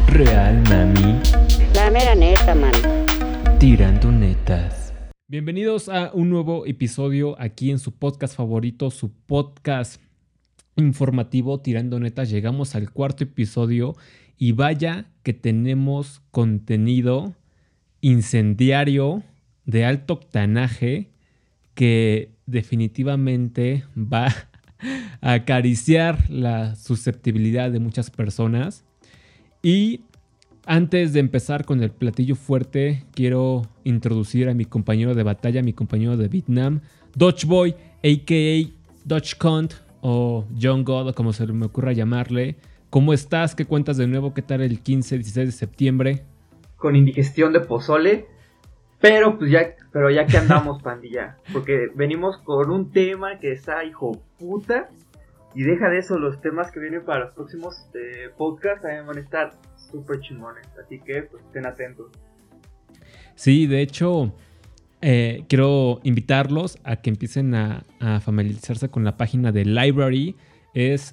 Real, mami. La mera neta, man. Tirando netas. Bienvenidos a un nuevo episodio aquí en su podcast favorito, su podcast informativo Tirando Netas. Llegamos al cuarto episodio y vaya que tenemos contenido incendiario de alto octanaje que definitivamente va a acariciar la susceptibilidad de muchas personas. Y antes de empezar con el platillo fuerte, quiero introducir a mi compañero de batalla, mi compañero de Vietnam, Dutch Boy, a.k.a. Dutch Cunt o John God, como se me ocurra llamarle. ¿Cómo estás? ¿Qué cuentas de nuevo? ¿Qué tal el 15-16 de septiembre? Con indigestión de pozole, pero ya que andamos, pandilla, porque venimos con un tema que está hijo puta, y deja de eso, los temas que vienen para los próximos podcasts también van a estar súper chingones, así que pues estén atentos. Sí, de hecho, quiero invitarlos a que empiecen a familiarizarse con la página de Library, es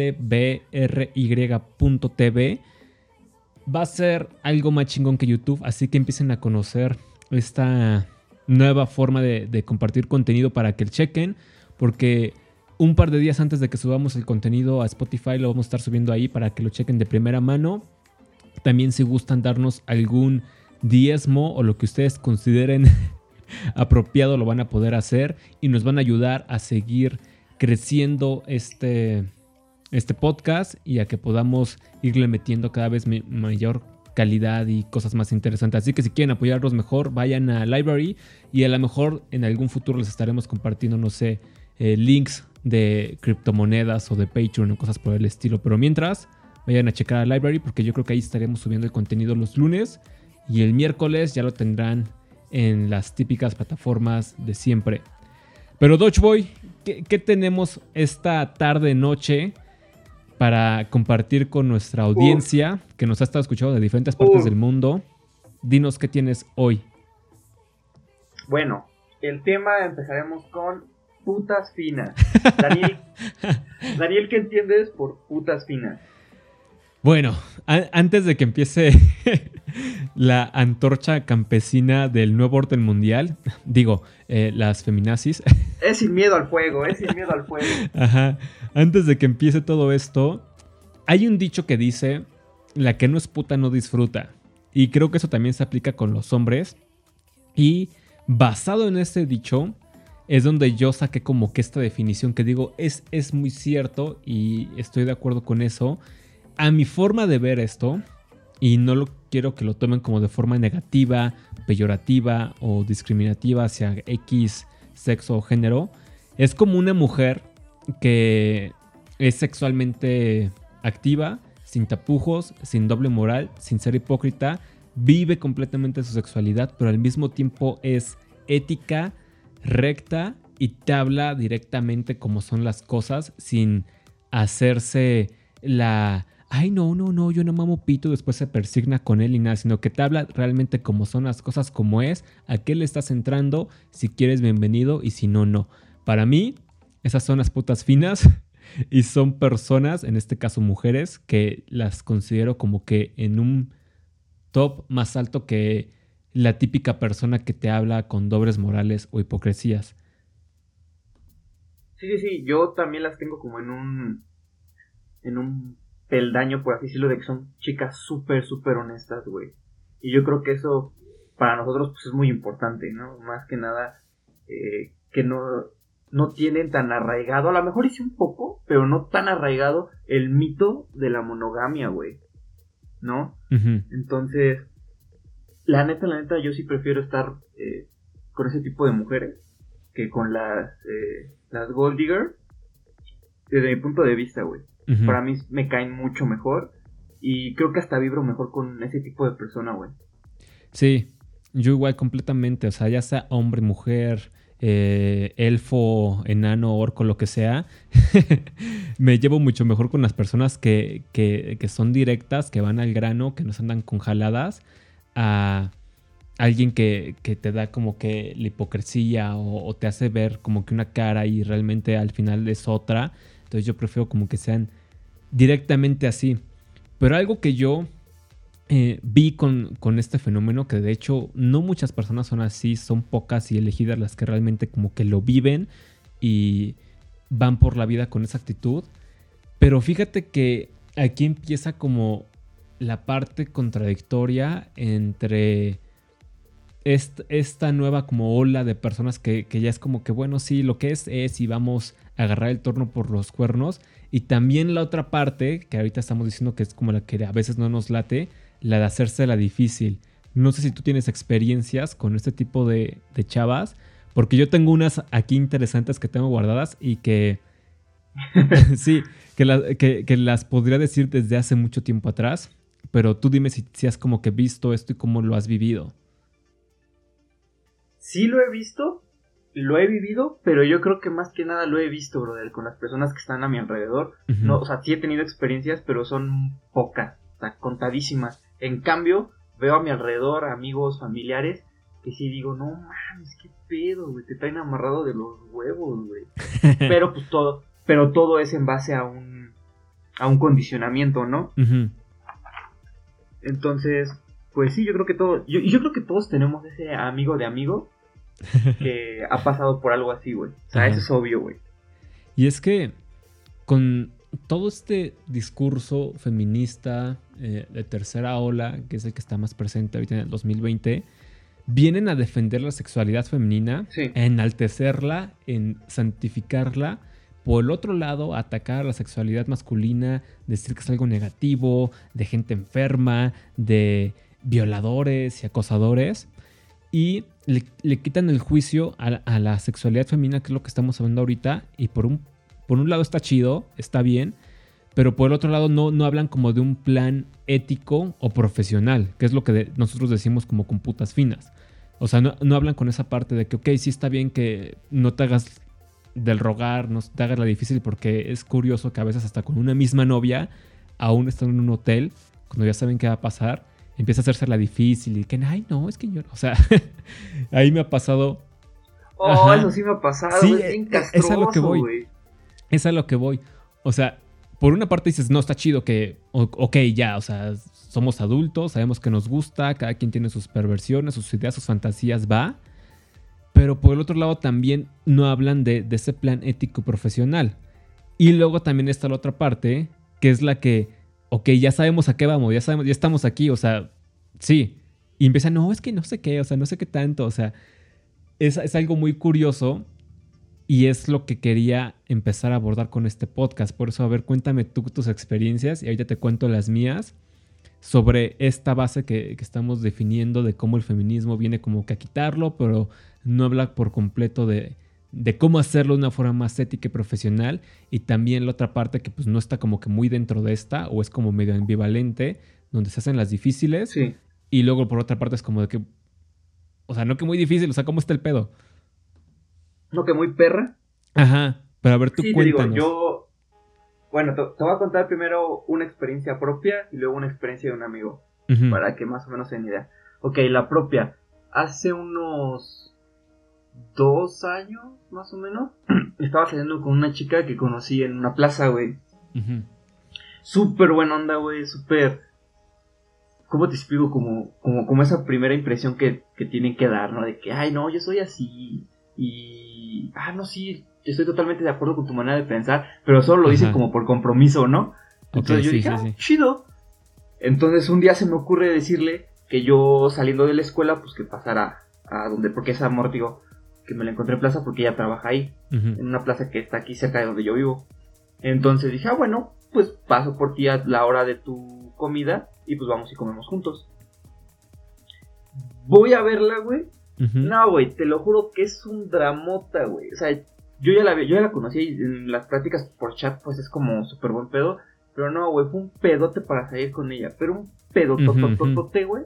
lbry.tv. Va a ser algo más chingón que YouTube, así que empiecen a conocer esta nueva forma de compartir contenido para que el chequen, porque un par de días antes de que subamos el contenido a Spotify lo vamos a estar subiendo ahí para que lo chequen de primera mano. También si gustan darnos algún diezmo o lo que ustedes consideren apropiado lo van a poder hacer y nos van a ayudar a seguir creciendo este podcast y a que podamos irle metiendo cada vez mayor calidad y cosas más interesantes. Así que si quieren apoyarnos mejor, vayan a Library y a lo mejor en algún futuro les estaremos compartiendo, no sé, links de criptomonedas o de Patreon o cosas por el estilo. Pero mientras, vayan a checar a Library porque yo creo que ahí estaremos subiendo el contenido los lunes y el miércoles ya lo tendrán en las típicas plataformas de siempre. Pero Dutch Boy, ¿qué tenemos esta tarde-noche para compartir con nuestra audiencia que nos ha estado escuchando de diferentes partes del mundo? Dinos qué tienes hoy. Bueno, el tema empezaremos con putas finas. Daniel, ¿qué entiendes por putas finas? Bueno, antes de que empiece la antorcha campesina del nuevo orden mundial, digo, las feminazis. Es sin miedo al fuego, Ajá. Antes de que empiece todo esto, hay un dicho que dice, la que no es puta no disfruta. Y creo que eso también se aplica con los hombres. Y basado en este dicho, es donde yo saqué como que esta definición que digo, es muy cierto y estoy de acuerdo con eso. A mi forma de ver esto, y no lo quiero que lo tomen como de forma negativa, peyorativa o discriminativa hacia X sexo o género, es como una mujer que es sexualmente activa, sin tapujos, sin doble moral, sin ser hipócrita, vive completamente su sexualidad, pero al mismo tiempo es ética, recta y te habla directamente como son las cosas sin hacerse la... Ay, no, yo no mamo pito, después se persigna con él y nada, sino que te habla realmente como son las cosas, como es, a qué le estás entrando, si quieres bienvenido y si no, no. Para mí, esas son las putas finas y son personas, en este caso mujeres, que las considero como que en un top más alto que la típica persona que te habla con dobles morales o hipocresías. Sí, yo también las tengo como en un peldaño, por así decirlo, de que son chicas súper honestas, güey. Y yo creo que eso para nosotros pues es muy importante, ¿no? Más que nada que no tienen tan arraigado, a lo mejor hice un poco, pero no tan arraigado el mito de la monogamia, güey, ¿no? Uh-huh. Entonces, la neta, yo sí prefiero estar con ese tipo de mujeres que con las gold digger, desde mi punto de vista, güey. Uh-huh. Para mí me caen mucho mejor y creo que hasta vibro mejor con ese tipo de persona, güey. Sí, yo igual completamente, o sea, ya sea hombre, mujer, elfo, enano, orco, lo que sea, me llevo mucho mejor con las personas que son directas, que van al grano, que no se andan con jaladas, a alguien que te da como que la hipocresía o te hace ver como que una cara y realmente al final es otra. Entonces yo prefiero como que sean directamente así. Pero algo que yo vi con este fenómeno que de hecho no muchas personas son así, son pocas y elegidas las que realmente como que lo viven y van por la vida con esa actitud. Pero fíjate que aquí empieza como la parte contradictoria entre esta nueva como ola de personas que ya es como que bueno, sí, lo que es y vamos a agarrar el torno por los cuernos. Y también la otra parte, que ahorita estamos diciendo que es como la que a veces no nos late, la de hacerse la difícil. No sé si tú tienes experiencias con este tipo de chavas, porque yo tengo unas aquí interesantes que tengo guardadas y que sí, que las podría decir desde hace mucho tiempo atrás, pero tú dime si has como que visto esto y cómo lo has vivido. Sí lo he visto, lo he vivido, pero yo creo que más que nada lo he visto, brother, con las personas que están a mi alrededor. Uh-huh. No, o sea, sí he tenido experiencias, pero son pocas, o sea, contadísimas. En cambio, veo a mi alrededor amigos, familiares, que sí digo, no mames, qué pedo, güey, te traen amarrado de los huevos, güey. Pero pues todo es en base a un condicionamiento, ¿no? Uh-huh. Entonces, pues sí, yo creo que yo creo que todos tenemos ese amigo de amigo que ha pasado por algo así, güey. O sea, eso es obvio, güey. Y es que con todo este discurso feminista de tercera ola, que es el que está más presente ahorita en el 2020, vienen a defender la sexualidad femenina, sí, a enaltecerla, en santificarla. Por el otro lado, atacar a la sexualidad masculina, decir que es algo negativo, de gente enferma, de violadores y acosadores. Y le quitan el juicio a la sexualidad femenina, que es lo que estamos hablando ahorita. Y por un lado está chido, está bien, pero por el otro lado no hablan como de un plan ético o profesional, que es lo que nosotros decimos como con putas finas. O sea, no hablan con esa parte de que, ok, sí está bien que no te hagas del rogar, no te hagas la difícil, porque es curioso que a veces hasta con una misma novia, aún estando en un hotel, cuando ya saben qué va a pasar, empieza a hacerse la difícil y que, ay, no, es que yo... O sea, ahí me ha pasado... Oh, eso sí me ha pasado, sí, es bien castroso, es a lo que voy. Güey. Es a lo que voy. O sea, por una parte dices, no, está chido que... Ok, ya, o sea, somos adultos, sabemos que nos gusta, cada quien tiene sus perversiones, sus ideas, sus fantasías, va. Pero por el otro lado también no hablan de ese plan ético profesional. Y luego también está la otra parte, que es la que, ok, ya sabemos a qué vamos, ya estamos aquí, o sea, sí. Y empiezan, no, es que no sé qué, o sea, no sé qué tanto, o sea, es algo muy curioso y es lo que quería empezar a abordar con este podcast. Por eso, a ver, cuéntame tú tus experiencias y ahorita te cuento las mías sobre esta base que estamos definiendo de cómo el feminismo viene como que a quitarlo, pero no habla por completo de cómo hacerlo de una forma más ética y profesional. Y también la otra parte que pues no está como que muy dentro de esta, o es como medio ambivalente, donde se hacen las difíciles. Sí. Y luego por otra parte es como de que, o sea, no que muy difícil, o sea, ¿cómo está el pedo? No, que muy perra. Ajá, pero a ver, tú sí, cuéntanos. Te digo, bueno, te voy a contar primero una experiencia propia y luego una experiencia de un amigo, Uh-huh. para que más o menos se den idea. Ok, la propia. Hace unos 2 años, más o menos, estaba saliendo con una chica que conocí en una plaza, güey. Uh-huh. Súper buena onda, güey, súper... ¿Cómo te explico? Como esa primera impresión que tienen que dar, ¿no? De que, ay, no, yo soy así. Y... no, sí, estoy totalmente de acuerdo con tu manera de pensar. Pero solo lo dicen como por compromiso, ¿no? Entonces yo dije, chido. Entonces un día se me ocurre decirle que yo saliendo de la escuela, pues que pasara a donde... Porque esa amor, digo, que me la encontré en plaza porque ella trabaja ahí. Uh-huh. En una plaza que está aquí cerca de donde yo vivo. Entonces dije, bueno, pues paso por ti a la hora de tu comida y pues vamos y comemos juntos. Voy a verla, güey. Uh-huh. No, güey, te lo juro que es un dramota, güey. O sea, yo ya la conocí y en las prácticas por chat, pues es como súper buen pedo. Pero no, güey, fue un pedote para salir con ella. Pero un pedotototote, güey.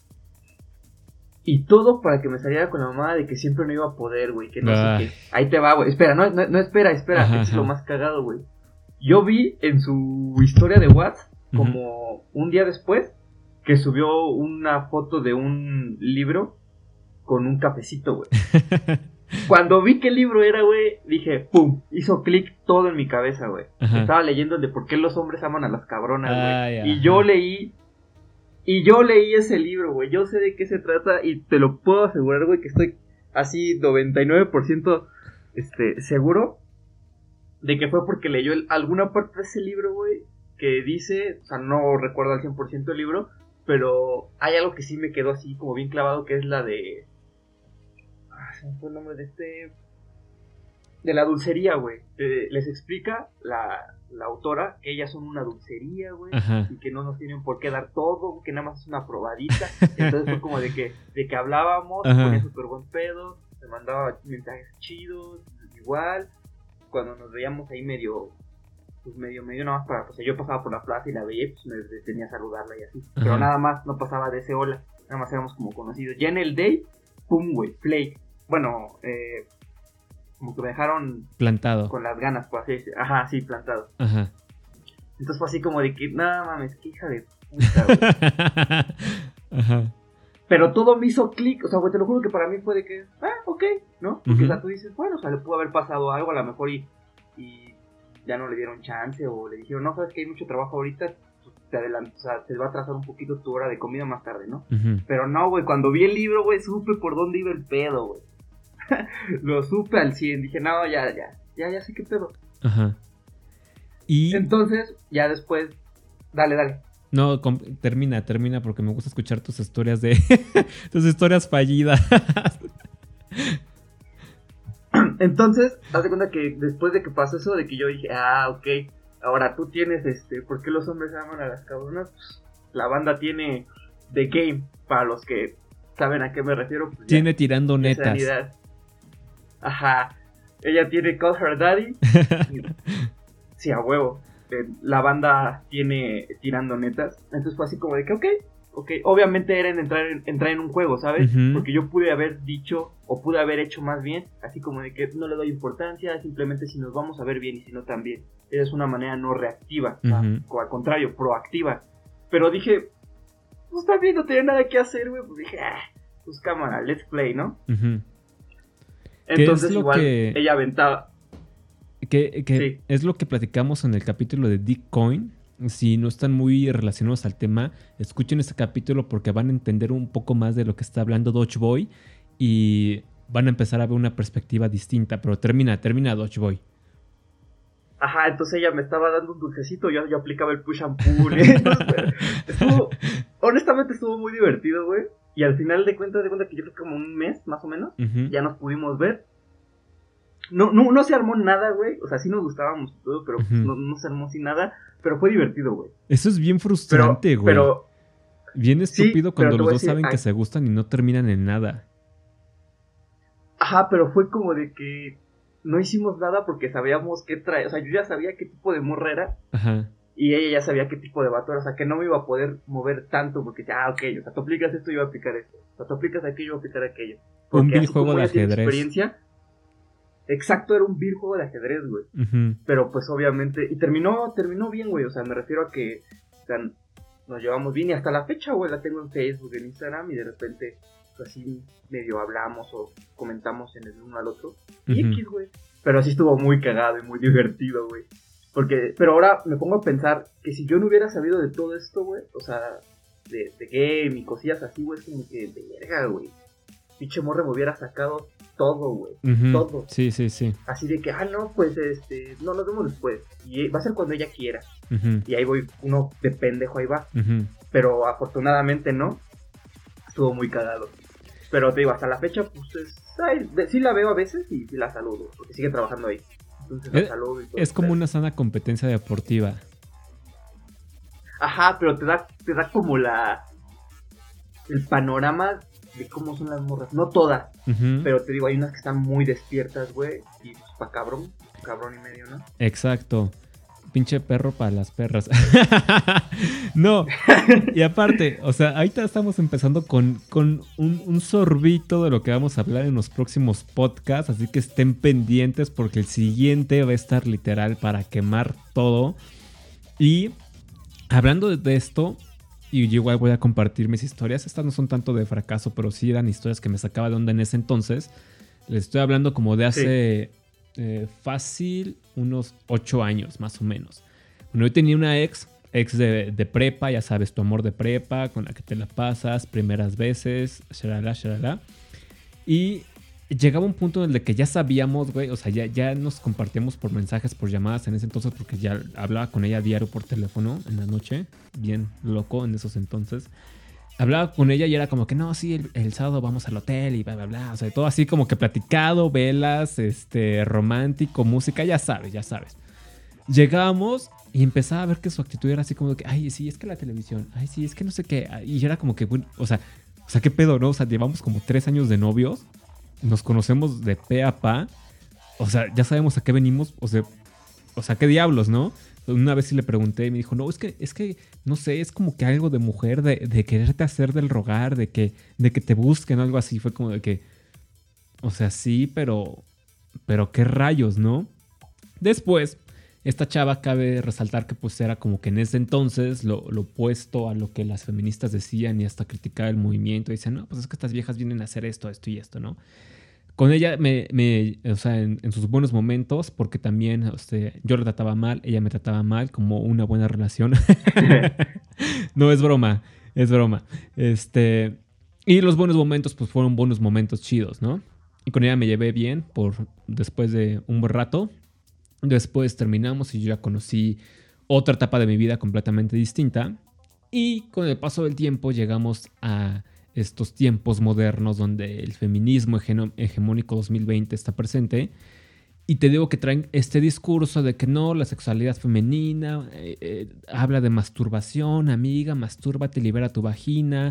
Y todo para que me saliera con la mamá de que siempre no iba a poder, güey. Que no sé qué. Ahí te va, güey. Espera, no, espera. Ajá, es lo más cagado, güey. Yo vi en su historia de WhatsApp, como un día después, que subió una foto de un libro con un cafecito, güey. Cuando vi qué libro era, güey, dije, pum, hizo clic todo en mi cabeza, güey. Estaba leyendo el de por qué los hombres aman a las cabronas, güey. Y yo leí Y yo leí ese libro, güey. Yo sé de qué se trata y te lo puedo asegurar, güey, que estoy así 99% seguro de que fue porque leyó alguna parte de ese libro, güey, que dice, o sea, no recuerdo al 100% el libro, pero hay algo que sí me quedó así como bien clavado, que es la de... se me fue el nombre de la dulcería, güey. Les explica la autora que ellas son una dulcería, güey, y que no nos tienen por qué dar todo, que nada más es una probadita. Entonces fue como de que hablábamos, me ponía súper buen pedo, me mandaba mensajes chidos, igual. Cuando nos veíamos ahí medio nada más para, pues yo pasaba por la plaza y la veía, pues me detenía a saludarla y así. Pero nada más, no pasaba de ese hola, nada más éramos como conocidos. Ya en el day, pum, güey, play. Bueno, como que me dejaron plantado con las ganas, pues así, ajá, sí, plantado. Ajá. Entonces fue así como de que, nada mames, qué hija de puta, güey. Ajá. Pero todo me hizo clic, o sea, güey, te lo juro que para mí fue de que, ok, ¿no? Porque, o sea, tú dices, bueno, o sea, le pudo haber pasado algo a lo mejor y ya no le dieron chance o le dijeron, no, sabes que hay mucho trabajo ahorita, te adelantas, o sea, te va a atrasar un poquito tu hora de comida más tarde, ¿no? Pero no, güey, cuando vi el libro, güey, supe por dónde iba el pedo, güey. Lo supe al 100, dije, no, ya sé qué pedo. Ajá. Y entonces, ya después, dale. No, termina porque me gusta escuchar tus historias tus historias fallidas. Entonces, haz de cuenta que después de que pasó eso, de que yo dije, ok, ahora tú tienes, ¿por qué los hombres aman a las cabronas? Pues, la banda tiene The Game, para los que saben a qué me refiero. Pues, tiene tirando netas. Ajá, ella tiene Call Her Daddy. Sí, a huevo. La banda tiene tirando netas. Entonces fue así como de que, ok. Obviamente era entrar en un juego, ¿sabes? Porque yo pude haber dicho, o pude haber hecho más bien, así como de que no le doy importancia, simplemente si nos vamos a ver bien y si no también. Esa es una manera no reactiva, o al contrario, proactiva. Pero dije, pues está bien, no tenía nada que hacer, güey. Pues dije, pues cámara, let's play, ¿no? Entonces igual ella aventaba. Que sí. Es lo que platicamos en el capítulo de Bitcoin. Si no están muy relacionados al tema, escuchen este capítulo porque van a entender un poco más de lo que está hablando Dodge Boy y van a empezar a ver una perspectiva distinta. Pero termina Dodge Boy. Ajá, entonces ella me estaba dando un dulcecito, yo aplicaba el push and pull. Entonces, honestamente estuvo muy divertido, güey. Y al final de cuenta que yo creo que como un mes, más o menos, ya nos pudimos ver. No se armó nada, güey. O sea, sí nos gustábamos todo, pero no se armó sin nada. Pero fue divertido, güey. Eso es bien frustrante, güey. Pero bien estúpido cuando los dos saben que se gustan y no terminan en nada. Ajá, pero fue como de que no hicimos nada porque sabíamos qué trae. O sea, yo ya sabía qué tipo de morra era. Ajá. Y ella ya sabía qué tipo de vato era. O sea, que no me iba a poder mover tanto porque decía, ok, o sea, tú aplicas esto y yo voy a aplicar esto. O sea, tú aplicas aquello y yo voy a aplicar aquello. Porque un vil juego de ajedrez. Experiencia, exacto, era un vil juego de ajedrez, güey. Pero pues obviamente, y terminó bien, güey. O sea, me refiero a que, o sea, nos llevamos bien y hasta la fecha, güey, la tengo en Facebook, en Instagram y de repente, pues así medio hablamos o comentamos en el uno al otro. Y X, güey. Pero así estuvo muy cagado y muy divertido, güey. Pero ahora me pongo a pensar que si yo no hubiera sabido de todo esto, güey, o sea, de game y cosillas así, güey, es como que de verga, güey. Pinche morra me hubiera sacado todo, güey. Todo. Sí. Así de que, no, pues, no, nos vemos después. Y va a ser cuando ella quiera. Y ahí voy, uno de pendejo, ahí va. Pero afortunadamente no. Estuvo muy cagado. Pero te digo, hasta la fecha, pues, sí la veo a veces y la saludo. Porque sigue trabajando ahí. Entonces la saludo y todo. Es como una sana competencia deportiva. Ajá, pero te da como el panorama de cómo son las morras. No todas, pero te digo, hay unas que están muy despiertas, güey. Y pues pa' cabrón y medio, ¿no? Exacto. Pinche perro para las perras. No, y aparte, o sea, ahorita estamos empezando con un sorbito de lo que vamos a hablar en los próximos podcasts, así que estén pendientes porque el siguiente va a estar literal para quemar todo. Y hablando de esto, y yo igual voy a compartir mis historias, estas no son tanto de fracaso, pero sí eran historias que me sacaba de onda en ese entonces. Les estoy hablando como de hace... fácil unos 8 años más o menos. Bueno, yo tenía una ex ex de prepa, ya sabes, tu amor de prepa, con la que te la pasas, primeras veces, shalala, shalala. Y llegaba un punto en el que ya sabíamos, güey, o sea, ya nos compartíamos por mensajes, por llamadas en ese entonces, porque ya hablaba con ella diario por teléfono en la noche, bien loco en esos entonces. Hablaba con ella y era como que, no, sí, el sábado vamos al hotel y bla, bla, bla. O sea, todo así como que platicado, velas, romántico, música, ya sabes. Llegábamos y empezaba a ver que su actitud era así como de que, ay, sí, es que la televisión, ay, sí, es que no sé qué. Y era como que, bueno, o sea, qué pedo, ¿no? O sea, llevamos como 3 años de novios, nos conocemos de pe a pa, o sea, ya sabemos a qué venimos, o sea, qué diablos, ¿no? Una vez sí le pregunté y me dijo, no, es que, no sé, es como que algo de mujer, de quererte hacer del rogar, de que te busquen, algo así. Fue como de que, o sea, sí, pero qué rayos, ¿no? Después, esta chava cabe resaltar que pues era como que en ese entonces lo opuesto a lo que las feministas decían y hasta criticar el movimiento. Y dicen, no, pues es que estas viejas vienen a hacer esto y esto, ¿no? Con ella, o sea, en sus buenos momentos, porque también yo la trataba mal, ella me trataba mal, como una buena relación. No, es broma, es broma. Y los buenos momentos, pues fueron buenos momentos chidos, ¿no? Y con ella me llevé bien después de un buen rato. Después terminamos y yo ya conocí otra etapa de mi vida completamente distinta. Y con el paso del tiempo llegamos a estos tiempos modernos donde el feminismo hegemónico 2020 está presente. Y te digo que traen este discurso de que no, la sexualidad femenina habla de masturbación, amiga, mastúrbate, libera tu vagina,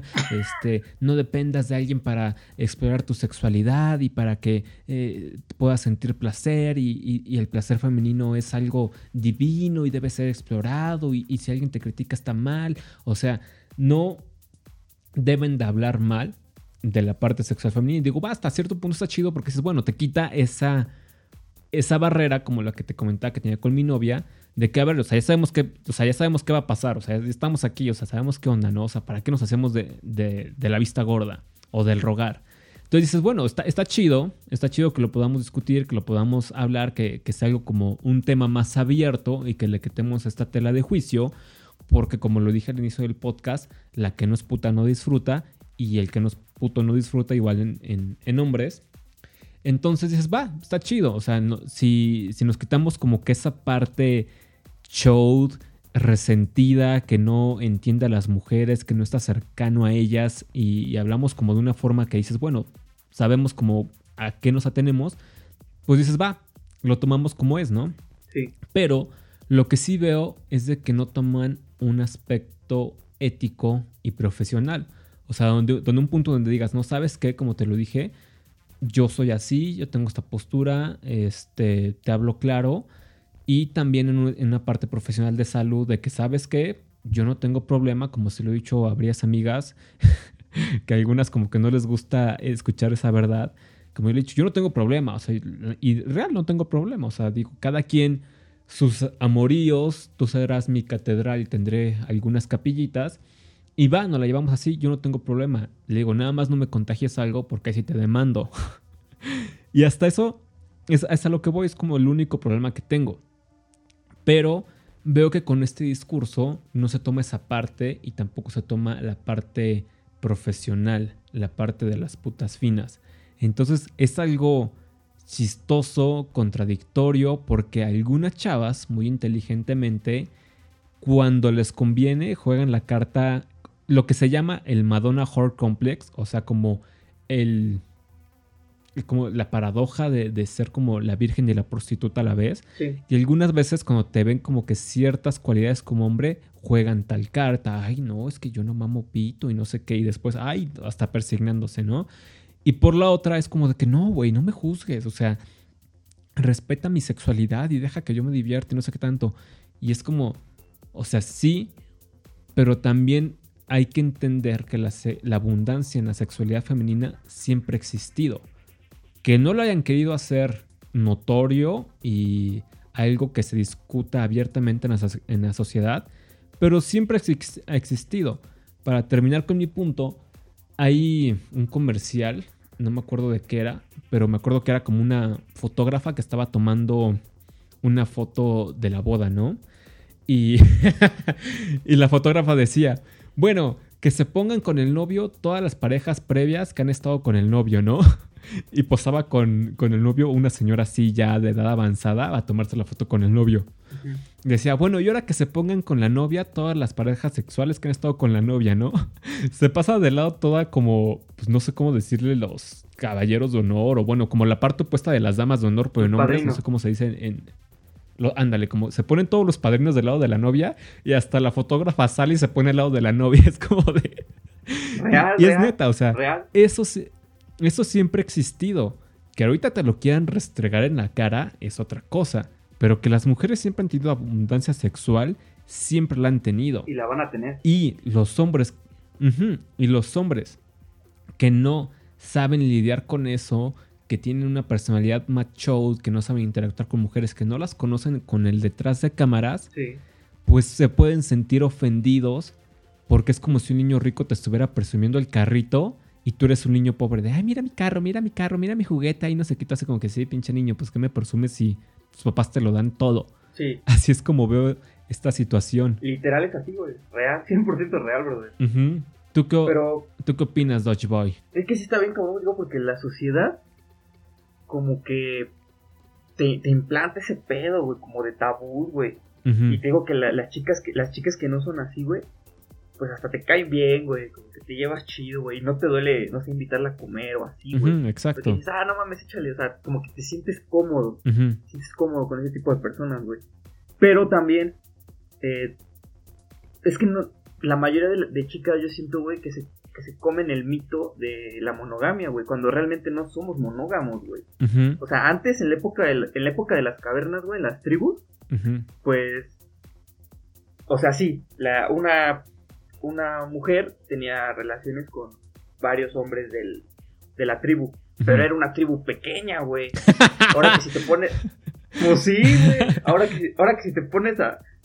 no dependas de alguien para explorar tu sexualidad y para que puedas sentir placer y el placer femenino es algo divino y debe ser explorado y si alguien te critica está mal. O sea, no deben de hablar mal de la parte sexual femenina. Y digo, hasta cierto punto está chido porque dices, bueno, te quita esa barrera como la que te comentaba que tenía con mi novia, de que, a ver, o sea, ya sabemos qué va a pasar, o sea, estamos aquí, o sea, sabemos qué onda, ¿no? O sea, ¿para qué nos hacemos de la vista gorda o del rogar? Entonces dices, bueno, está chido que lo podamos discutir, que lo podamos hablar, que sea algo como un tema más abierto y que le quitemos esta tela de juicio, porque como lo dije al inicio del podcast, la que no es puta no disfruta y el que no es puto no disfruta igual en hombres. Entonces dices, está chido. O sea, si nos quitamos como que esa parte chode, resentida, que no entiende a las mujeres, que no está cercano a ellas y hablamos como de una forma que dices, bueno, sabemos como a qué nos atenemos, pues dices, lo tomamos como es, ¿no? Sí. Pero lo que sí veo es de que no toman un aspecto ético y profesional. O sea, donde un punto donde digas, no, ¿sabes qué? Como te lo dije, yo soy así, yo tengo esta postura, te hablo claro. Y también en una parte profesional de salud de que, ¿sabes qué? Yo no tengo problema, como se lo he dicho a varias amigas, que a algunas como que no les gusta escuchar esa verdad. Como yo le he dicho, yo no tengo problema, o sea, y real no tengo problema. O sea, digo, cada quien sus amoríos, tú serás mi catedral y tendré algunas capillitas. Y nos la llevamos así, yo no tengo problema. Le digo, nada más no me contagies algo porque así te demando. Y hasta eso es a lo que voy, es como el único problema que tengo. Pero veo que con este discurso no se toma esa parte y tampoco se toma la parte profesional, la parte de las putas finas. Entonces es algo chistoso, contradictorio, porque algunas chavas, muy inteligentemente, cuando les conviene, juegan la carta, lo que se llama el Madonna Whore Complex, o sea, como como la paradoja de ser como la virgen y la prostituta a la vez. Sí. Y algunas veces cuando te ven como que ciertas cualidades como hombre, juegan tal carta. Ay, no, es que yo no mamo pito y no sé qué. Y después, ay, hasta persignándose, ¿no? Y por la otra es como de que no, güey, no me juzgues. O sea, respeta mi sexualidad y deja que yo me divierta y no sé qué tanto. Y es como, o sea, sí, pero también hay que entender que la abundancia en la sexualidad femenina siempre ha existido. Que no lo hayan querido hacer notorio y algo que se discuta abiertamente en la sociedad, pero siempre ha existido. Para terminar con mi punto, hay un comercial, no me acuerdo de qué era, pero me acuerdo que era como una fotógrafa que estaba tomando una foto de la boda, ¿no? Y, y la fotógrafa decía, bueno, que se pongan con el novio todas las parejas previas que han estado con el novio, ¿no? Y posaba con el novio una señora así ya de edad avanzada a tomarse la foto con el novio. Ujú. Decía, bueno, y ahora que se pongan con la novia todas las parejas sexuales que han estado con la novia, ¿no? Se pasa de lado toda como, pues no sé cómo decirle, los caballeros de honor, o bueno, como la parte opuesta de las damas de honor, pero en hombres, Padrino. no sé cómo se dice ándale, como se ponen todos los padrinos del lado de la novia y hasta la fotógrafa sale y se pone al lado de la novia. Es como de... Real, y es real, neta, o sea, real. eso siempre ha existido. Que ahorita te lo quieran restregar en la cara es otra cosa. Pero que las mujeres siempre han tenido abundancia sexual, siempre la han tenido. Y la van a tener. Y los hombres, y los hombres que no saben lidiar con eso, que tienen una personalidad macho, que no saben interactuar con mujeres, que no las conocen con el detrás de cámaras, Sí. pues se pueden sentir ofendidos porque es como si un niño rico te estuviera presumiendo el carrito y tú eres un niño pobre de, ay, mira mi carro, mira mi juguete, y no sé qué, tú hace como que sí, pinche niño, pues que me presumes si tus papás te lo dan todo. Sí. Así es como veo esta situación. Literal es así, güey. Real, 100% real, brother. Ujú. ¿Tú qué opinas, Dodge Boy? Es que sí está bien cabrón, digo, porque la sociedad como que te implanta ese pedo, güey, como de tabú, güey. Ujú. Y te digo que las chicas que no son así, güey, pues hasta te caen bien, güey, como que te llevas chido, güey, y no te duele, no sé, invitarla a comer o así, güey. Ujú, exacto. Porque dices, no mames, échale, o sea, como que te sientes cómodo, Ujú. con ese tipo de personas, güey. Pero también, es que no, la mayoría de chicas yo siento, güey, que se comen el mito de la monogamia, güey, cuando realmente no somos monógamos, güey. Ujú. O sea, antes, en la época de las cavernas, güey, las tribus, Ujú. pues, o sea, sí, una mujer tenía relaciones con varios hombres de la tribu, pero era una tribu pequeña, güey. Ahora que si te pones, pues sí, güey. Ahora que si te pones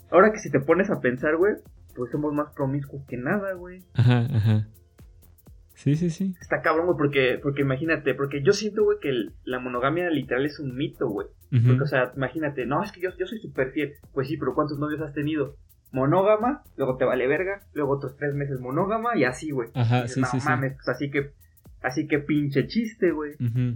a pensar, güey, pues somos más promiscuos que nada, güey. Ajá. Sí. Está cabrón, güey, porque imagínate, porque yo siento, güey, que la monogamia literal es un mito, güey. Ujú. Porque, o sea, imagínate, no, es que yo soy súper fiel. Pues sí, pero ¿cuántos novios has tenido? Monógama, luego te vale verga, luego otros 3 meses monógama y así, güey. Ajá, Y dices, sí. no mames, pues así que pinche chiste, güey. Ujú.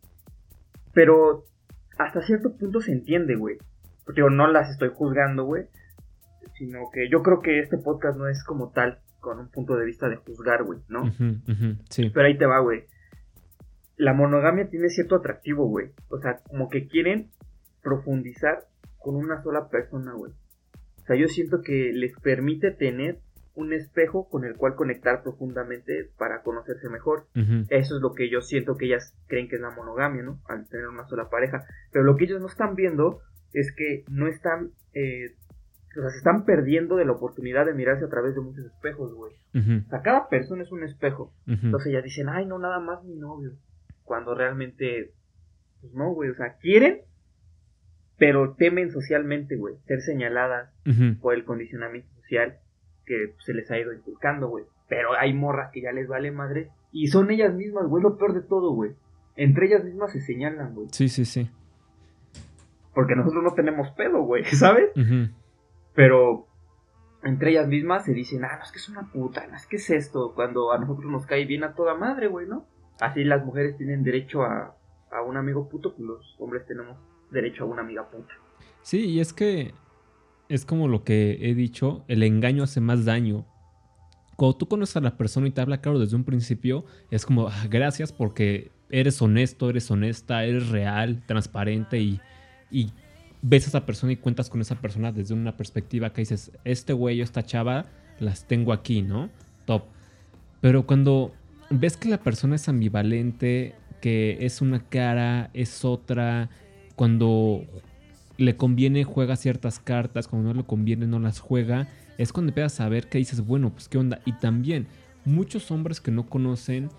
Pero hasta cierto punto se entiende, güey. Porque digo, no las estoy juzgando, güey. Sino que yo creo que este podcast no es como tal, con un punto de vista de juzgar, güey, ¿no? Ujú. Sí. Pero ahí te va, güey. La monogamia tiene cierto atractivo, güey. O sea, como que quieren profundizar con una sola persona, güey. O sea, yo siento que les permite tener un espejo con el cual conectar profundamente para conocerse mejor. Ujú. Eso es lo que yo siento que ellas creen que es la monogamia, ¿no? Al tener una sola pareja. Pero lo que ellos no están viendo es que no están... o sea, se están perdiendo de la oportunidad de mirarse a través de muchos espejos, güey. Ujú. O sea, cada persona es un espejo. Ujú. Entonces ellas dicen, ay, no, nada más mi novio. Cuando realmente, pues no, güey. O sea, quieren, pero temen socialmente, güey. Ser señaladas Ujú. por el condicionamiento social que se les ha ido inculcando, güey. Pero hay morras que ya les vale madre. Y son ellas mismas, güey, lo peor de todo, güey. Entre ellas mismas se señalan, güey. Sí. Porque nosotros no tenemos pedo, güey, ¿sabes? Ujú. Pero entre ellas mismas se dicen, no, es que es una puta, no, es que es esto. Cuando a nosotros nos cae bien a toda madre, güey, ¿no? Así las mujeres tienen derecho a un amigo puto, pues los hombres tenemos derecho a una amiga puta. Sí, y es que es como lo que he dicho, el engaño hace más daño. Cuando tú conoces a la persona y te habla claro desde un principio, es como, gracias porque eres honesto, eres honesta, eres real, transparente y ves a esa persona y cuentas con esa persona desde una perspectiva que dices, este güey o esta chava las tengo aquí, ¿no? Top. Pero cuando ves que la persona es ambivalente, que es una cara, es otra, cuando le conviene juega ciertas cartas, cuando no le conviene no las juega, es cuando empiezas a ver que dices, bueno, pues qué onda. Y también muchos hombres que no conocen,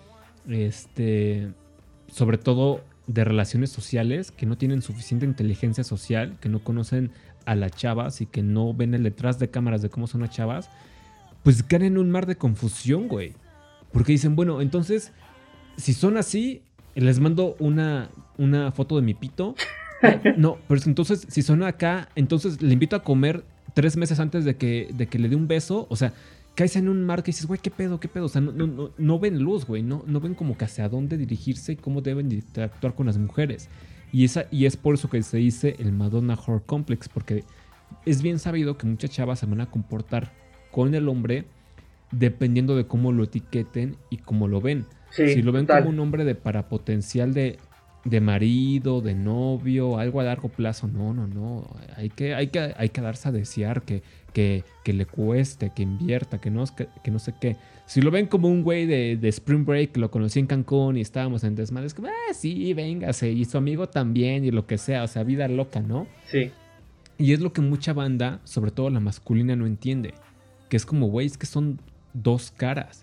sobre todo de relaciones sociales, que no tienen suficiente inteligencia social, que no conocen a las chavas y que no ven el detrás de cámaras de cómo son las chavas, pues caen en un mar de confusión, güey. Porque dicen, bueno, entonces, si son así, les mando una foto de mi pito. No, pero entonces, si son acá, entonces le invito a comer 3 meses antes de que le dé un beso, o sea, caes en un mar que dices, güey, ¿qué pedo? O sea, no ven luz, güey, no ven como que hacia dónde dirigirse y cómo deben interactuar con las mujeres. Y es por eso que se dice el Madonna Whore Complex, porque es bien sabido que muchas chavas se van a comportar con el hombre dependiendo de cómo lo etiqueten y cómo lo ven. Sí, si lo ven total. como un hombre para potencial de marido, de novio, algo a largo plazo, no. Hay que darse a desear que le cueste, que invierta, que no sé qué. Si lo ven como un güey de Spring Break, lo conocí en Cancún y estábamos en desmadre, es como, sí, véngase, y su amigo también, y lo que sea, o sea, vida loca, ¿no? Sí. Y es lo que mucha banda, sobre todo la masculina, no entiende. Que es como, güey, es que son dos caras.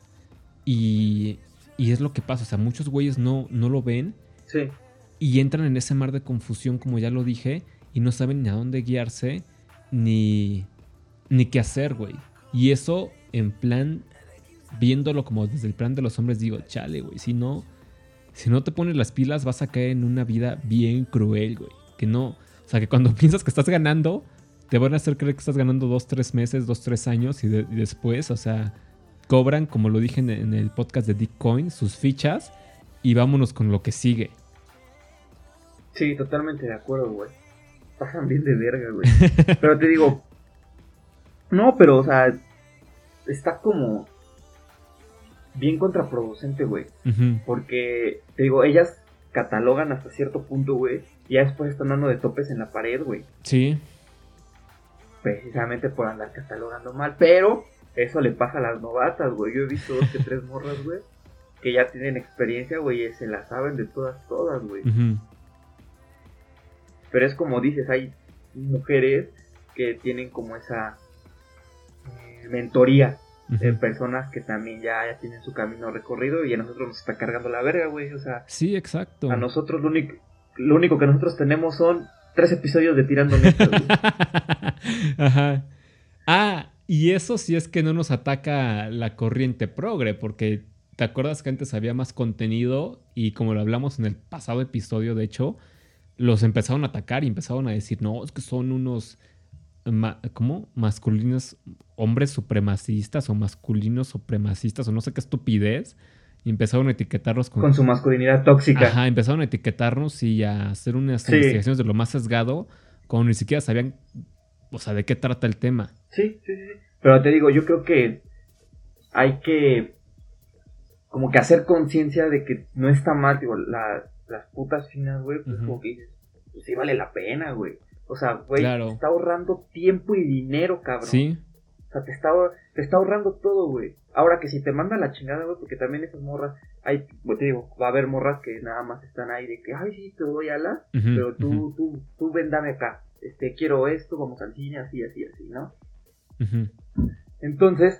Y es lo que pasa, o sea, muchos güeyes no lo ven. Sí. Y entran en ese mar de confusión, como ya lo dije, y no saben ni a dónde guiarse, ni qué hacer, güey. Y eso, en plan, viéndolo como desde el plan de los hombres, digo, chale, güey, si no te pones las pilas, vas a caer en una vida bien cruel, güey. Que no, o sea, que cuando piensas que estás ganando, te van a hacer creer que estás ganando 2-3 meses, 2-3 años, y después, o sea, cobran, como lo dije en el podcast de Bitcoin, sus fichas, y vámonos con lo que sigue. Sí, totalmente de acuerdo, güey. Pasan bien de verga, güey. Pero te digo, no, pero, o sea, está como bien contraproducente, güey. Uh-huh. Porque, te digo, ellas catalogan hasta cierto punto, güey. Y ya después están dando de topes en la pared, güey. Sí. Precisamente por andar catalogando mal. Pero eso le pasa a las novatas, güey. Yo he visto 2 que 3 morras, güey, que ya tienen experiencia, güey, y se la saben de todas, güey. Uh-huh. Pero es como dices, hay mujeres que tienen como esa mentoría de personas que también ya tienen su camino recorrido y a nosotros nos está cargando la verga, güey. O sea, sí, exacto. A nosotros lo único que nosotros tenemos son 3 episodios de Tirando Netas, güey. Ajá. Y eso sí es que no nos ataca la corriente progre, porque ¿te acuerdas que antes había más contenido? Y como lo hablamos en el pasado episodio, de hecho, los empezaron a atacar y empezaron a decir, no, es que son unos, ¿cómo? Masculinos, hombres supremacistas o masculinos supremacistas o no sé qué estupidez. Y empezaron a etiquetarlos con su masculinidad tóxica. Ajá, empezaron a etiquetarnos y a hacer unas investigaciones de lo más sesgado, cuando ni siquiera sabían, o sea, de qué trata el tema. Sí. Pero te digo, yo creo que hay que como que hacer conciencia de que no está mal, digo, las putas finas, güey, pues como que dices, pues sí vale la pena, güey. O sea, güey, claro, te está ahorrando tiempo y dinero, cabrón. Sí. O sea, te está ahorrando todo, güey. Ahora que si te manda la chingada, güey, porque también esas morras, hay, te digo, va a haber morras que nada más están ahí de que, ay, sí, te doy alas, pero tú ven, dame acá. Quiero esto, vamos al cine, así, ¿no? Entonces,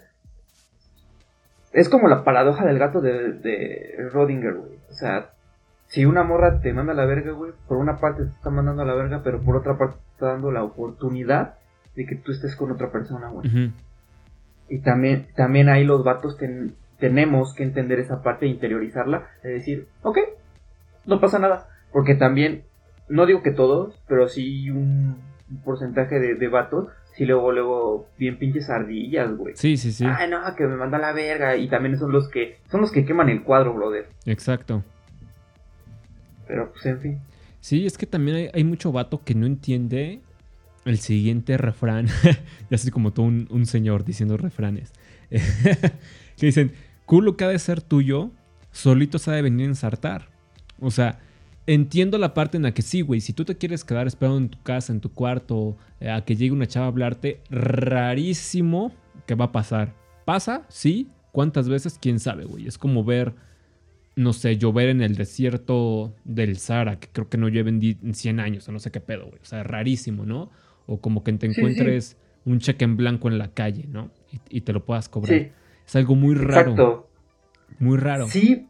es como la paradoja del gato de Rodinger, güey. O sea, si una morra te manda a la verga, güey, por una parte te está mandando a la verga, pero por otra parte te está dando la oportunidad de que tú estés con otra persona, güey. Y también ahí los vatos tenemos que entender esa parte e interiorizarla, de decir, ok, no pasa nada. Porque también, no digo que todos, pero sí un porcentaje de vatos, sí luego bien pinches ardillas, güey. Sí. Ay, no, que me manda a la verga. Y también son los que queman el cuadro, brother. Exacto. Pero pues en fin. Sí, es que también hay mucho vato que no entiende el siguiente refrán. Ya así como todo un señor diciendo refranes. Que dicen, culo que ha de ser tuyo, solito se ha de venir a ensartar. O sea, entiendo la parte en la que sí, güey, si tú te quieres quedar esperando en tu casa, en tu cuarto, a que llegue una chava a hablarte, rarísimo que va a pasar. ¿Pasa? Sí. ¿Cuántas veces? ¿Quién sabe, güey? Es como ver, no sé, llover en el desierto del Sahara, que creo que no llueve en 100 años, o no sé qué pedo, güey. O sea, rarísimo, ¿no? O como que te encuentres un cheque en blanco en la calle, ¿no? Y te lo puedas cobrar. Sí. Es algo muy raro. Exacto. Muy raro. Sí,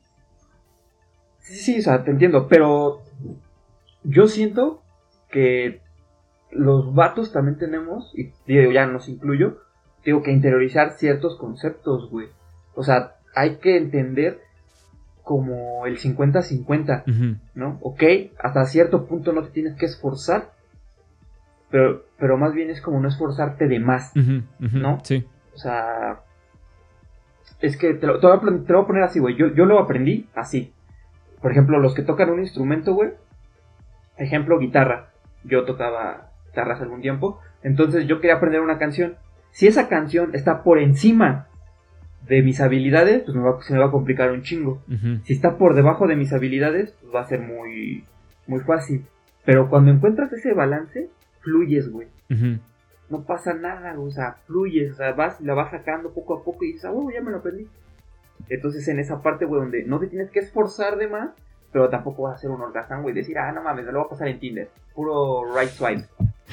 o sea, te entiendo, pero yo siento que los vatos también tenemos, y digo, ya nos incluyo, digo que interiorizar ciertos conceptos, güey. O sea, hay que entender como el 50-50, ¿no? Ok, hasta cierto punto no te tienes que esforzar, pero más bien es como no esforzarte de más, ¿no? Sí. O sea, es que te lo voy a poner así, güey. Yo lo aprendí así. Por ejemplo, los que tocan un instrumento, güey. Ejemplo, guitarra. Yo tocaba guitarra hace algún tiempo. Entonces yo quería aprender una canción. Si esa canción está por encima de mis habilidades, pues se me va a complicar un chingo. Si está por debajo de mis habilidades, pues va a ser muy, muy fácil. Pero cuando encuentras ese balance, fluyes, güey. No pasa nada, güey. O sea, fluyes. O sea, la vas sacando poco a poco y dices, ya me lo aprendí. Entonces en esa parte, güey, donde no te tienes que esforzar de más, pero tampoco vas a hacer un holgazán, güey, decir, no mames, me lo voy a pasar en Tinder, puro right swipe.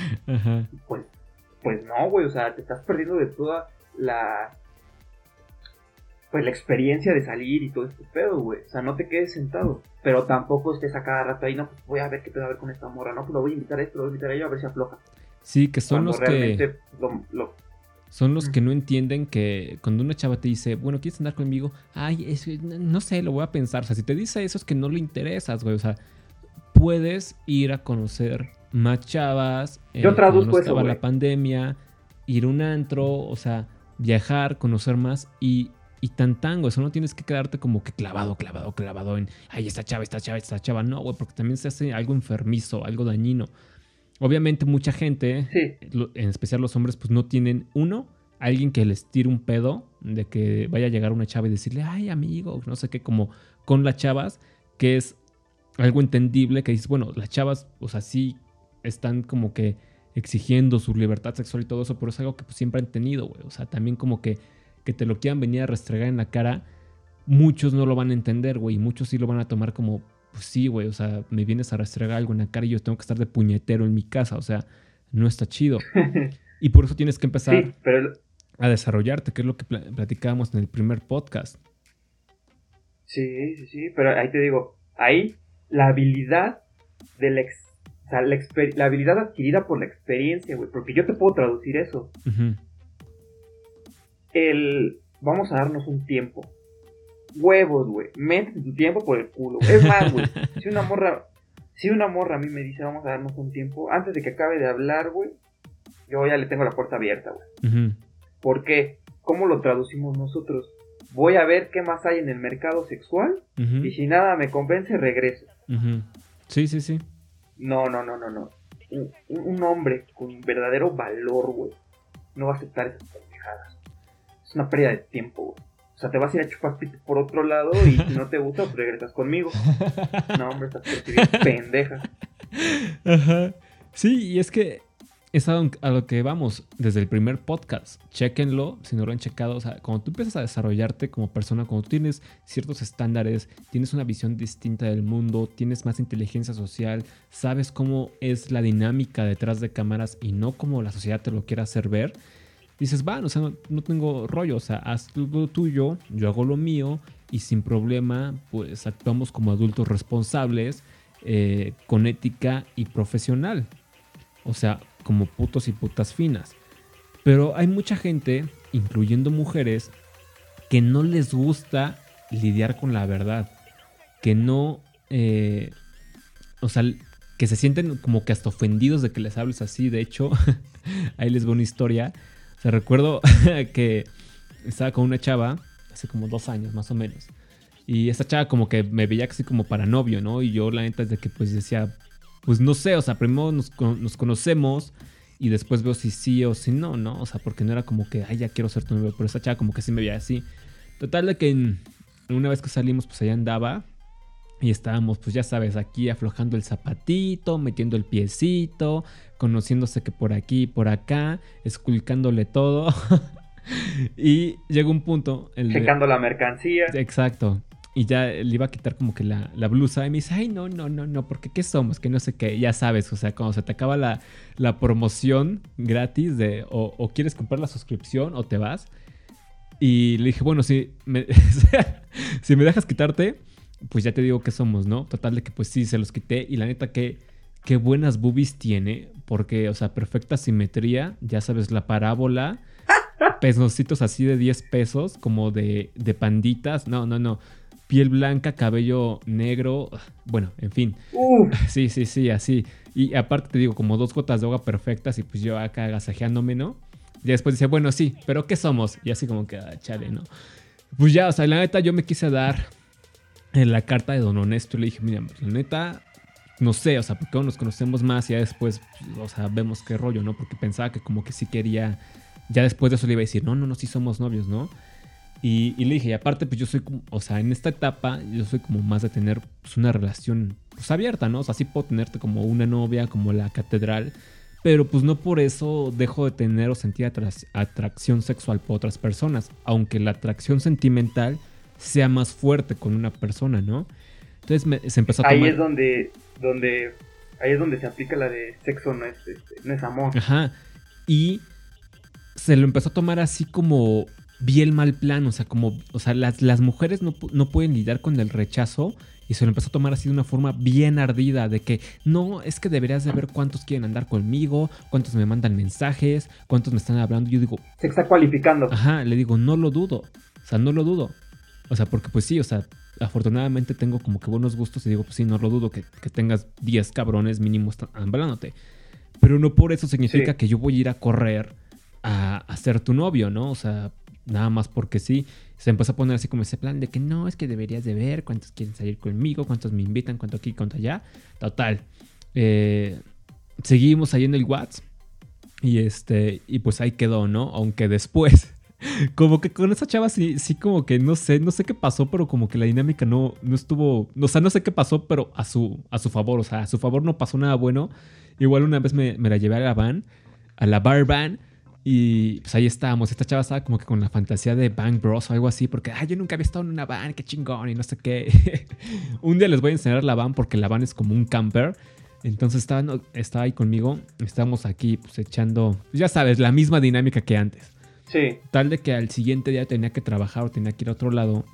Pues no, güey, o sea, te estás perdiendo de toda la experiencia de salir y todo este pedo, güey. O sea, no te quedes sentado, pero tampoco estés a cada rato ahí, no, pues voy a ver qué puedo ver con esta morra, no, pues lo voy a invitar a esto, lo voy a invitar a ello, a ver si afloja. Sí, que son los que... Son los que no entienden que cuando una chava te dice, bueno, ¿quieres andar conmigo? Ay, no sé, lo voy a pensar. O sea, si te dice eso es que no le interesas, güey. O sea, puedes ir a conocer más chavas. Yo traduzco no eso, estaba güey. La pandemia, ir a un antro, o sea, viajar, conocer más y güey. Eso no tienes que quedarte como que clavado en, ay, esta chava. No, güey, porque también se hace algo enfermizo, algo dañino. Obviamente mucha gente, sí, en especial los hombres, pues no tienen, alguien que les tire un pedo de que vaya a llegar una chava y decirle, ay, amigo, no sé qué, como con las chavas, que es algo entendible, que dices, bueno, las chavas, o sea, sí están como que exigiendo su libertad sexual y todo eso, pero es algo que pues, siempre han tenido, güey. O sea, también como que te lo quieran venir a restregar en la cara, muchos no lo van a entender, güey, y muchos sí lo van a tomar como... Pues sí, güey, o sea, me vienes a restregar algo en la cara y yo tengo que estar de puñetero en mi casa, o sea, no está chido. Y por eso tienes que empezar a desarrollarte, que es lo que platicábamos en el primer podcast. Sí, pero ahí te digo, ahí la habilidad la habilidad adquirida por la experiencia, güey, porque yo te puedo traducir eso. Vamos a darnos un tiempo. Huevos, güey. Métete tu tiempo por el culo. Es más, güey. Si una morra a mí me dice vamos a darnos un tiempo, antes de que acabe de hablar, güey, yo ya le tengo la puerta abierta, güey. ¿Por qué? ¿Cómo lo traducimos nosotros? Voy a ver qué más hay en el mercado sexual y si nada me convence, regreso. Sí. No. Un hombre con verdadero valor, güey, no va a aceptar esas pendejadas. Es una pérdida de tiempo, güey. O sea, te vas a ir a chupar pito por otro lado y si no te gusta, pues regresas conmigo. No, hombre, estás bien pendeja. Ajá. Sí, y es que es a lo que vamos desde el primer podcast. Chéquenlo, si no lo han checado. O sea, cuando tú empiezas a desarrollarte como persona, cuando tú tienes ciertos estándares, tienes una visión distinta del mundo, tienes más inteligencia social, sabes cómo es la dinámica detrás de cámaras y no como la sociedad te lo quiere hacer ver, dices, o sea, no tengo rollo, o sea, haz lo tuyo, yo hago lo mío y sin problema, pues actuamos como adultos responsables, con ética y profesional. O sea, como putos y putas finas. Pero hay mucha gente, incluyendo mujeres, que no les gusta lidiar con la verdad. Que no, o sea, que se sienten como que hasta ofendidos de que les hables así. De hecho, ahí les veo una historia. O sea, recuerdo que estaba con una chava hace como 2 años más o menos. Y esa chava como que me veía así como para novio, ¿no? Y yo la neta es de que pues decía, pues no sé, o sea, primero nos conocemos y después veo si sí o si no, ¿no? O sea, porque no era como que, ay, ya quiero ser tu novio, pero esa chava como que sí me veía así. Total de que una vez que salimos, pues allá andaba y estábamos, pues ya sabes, aquí aflojando el zapatito, metiendo el piecito, conociéndose que por aquí y por acá, esculcándole todo. Y llegó un punto... Checando la mercancía. Exacto. Y ya le iba a quitar como que la blusa y me dice, ay, no, porque ¿qué somos? Que no sé qué, ya sabes, o sea, cuando se te acaba la promoción gratis de o quieres comprar la suscripción o te vas. Y le dije, bueno, si me dejas quitarte, pues ya te digo qué somos, ¿no? Total de que pues sí, se los quité y la neta qué buenas boobies tiene, porque, o sea, perfecta simetría, ya sabes, la parábola, pesocitos así de 10 pesos, como de panditas, no. Piel blanca, cabello negro, bueno, en fin. Sí, así. Y aparte te digo, como 2 gotas de agua perfectas y pues yo acá agasajeándome, ¿no? Y después dice, bueno, sí, pero ¿qué somos? Y así como que, chale, ¿no? Pues ya, o sea, la neta yo me quise dar en la carta de Don Honesto y le dije, mira, pues, la neta, no sé, o sea, porque aún nos conocemos más y ya después, pues, o sea, vemos qué rollo, ¿no? Porque pensaba que como que sí quería, ya después de eso le iba a decir, no, sí somos novios, ¿no? Y le dije, y aparte, pues yo soy como, o sea, en esta etapa, yo soy como más de tener pues, una relación pues abierta, ¿no? O sea, sí puedo tenerte como una novia, como la catedral, pero pues no por eso dejo de tener o sentir atracción sexual por otras personas, aunque la atracción sentimental sea más fuerte con una persona, ¿no? Entonces se empezó a tomar... Ahí es ahí es donde se aplica la de sexo no es amor. Ajá. Y se lo empezó a tomar así como bien mal plan, o sea, como, o sea, las mujeres no pueden lidiar con el rechazo y se lo empezó a tomar así de una forma bien ardida, de que no, es que deberías de ver cuántos quieren andar conmigo, cuántos me mandan mensajes, cuántos me están hablando. Yo digo, se está cualificando. Ajá, le digo, no lo dudo, o sea, no lo dudo. O sea, porque pues sí, o sea, afortunadamente tengo como que buenos gustos y digo, pues sí, no lo dudo que tengas 10 cabrones mínimos hablándote. Pero no por eso significa que yo voy a ir a correr a ser tu novio, ¿no? O sea, nada más porque sí. Se empezó a poner así como ese plan de que no, es que deberías de ver cuántos quieren salir conmigo, cuántos me invitan, cuánto aquí, cuánto allá. Total. Seguimos ahí en el WhatsApp y pues ahí quedó, ¿no? Aunque después, como que con esa chava sí como que no sé qué pasó, pero como que la dinámica no estuvo, o sea, no sé qué pasó, pero a su favor, o sea, a su favor no pasó nada bueno. Igual una vez me la llevé a la bar van. Y pues ahí estábamos. Esta chava estaba como que con la fantasía de Bang Bros o algo así. Porque, yo nunca había estado en una van, qué chingón y no sé qué. Un día les voy a enseñar la van porque la van es como un camper. Entonces estaba ahí conmigo. Estábamos aquí pues echando, ya sabes, la misma dinámica que antes. Sí. Tal de que al siguiente día tenía que trabajar o tenía que ir a otro lado.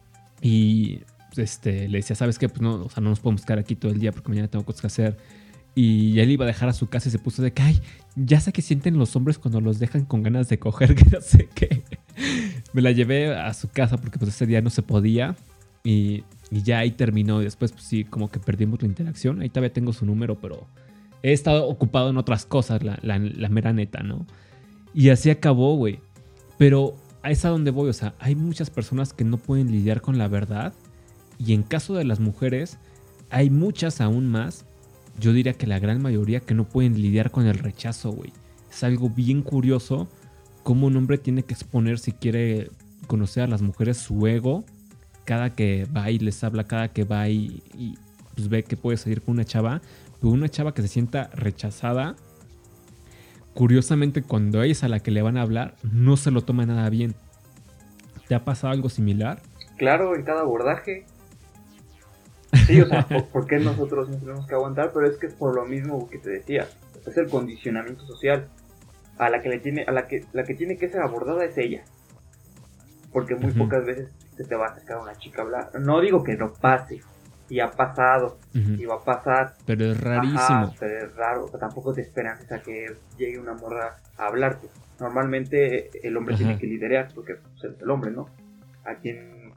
Y pues, le decía, ¿sabes qué? Pues no, o sea, no nos podemos quedar aquí todo el día porque mañana tengo cosas que hacer. Y él iba a dejar a su casa y se puso de que, ya sé que sienten los hombres cuando los dejan con ganas de coger, que no sé qué. Me la llevé a su casa porque pues ese día no se podía. Y ya ahí terminó. Y después pues sí, como que perdimos la interacción. Ahí todavía tengo su número, pero he estado ocupado en otras cosas, la mera neta, ¿no? Y así acabó, güey. Pero ahí es a donde voy, o sea, hay muchas personas que no pueden lidiar con la verdad. Y en caso de las mujeres, hay muchas aún más. Yo diría que la gran mayoría que no pueden lidiar con el rechazo, güey. Es algo bien curioso cómo un hombre tiene que exponer si quiere conocer a las mujeres su ego. Cada que va y les habla, cada que va y pues ve que puede salir con una chava. Pero una chava que se sienta rechazada, curiosamente cuando ella es a la que le van a hablar, no se lo toma nada bien. ¿Te ha pasado algo similar? Claro, en cada abordaje. Sí, o sea, ¿por qué nosotros nos tenemos que aguantar? Pero es que es por lo mismo que te decía. Es el condicionamiento social. La que tiene que ser abordada es ella. Porque muy pocas veces se te va a acercar una chica a hablar. No digo que no pase. Y ha pasado. Y va a pasar. Pero es rarísimo. Ajá, pero es raro. O sea, tampoco te esperas a que llegue una morra a hablarte. Normalmente el hombre tiene que liderar. Porque es el hombre, ¿no? A quien...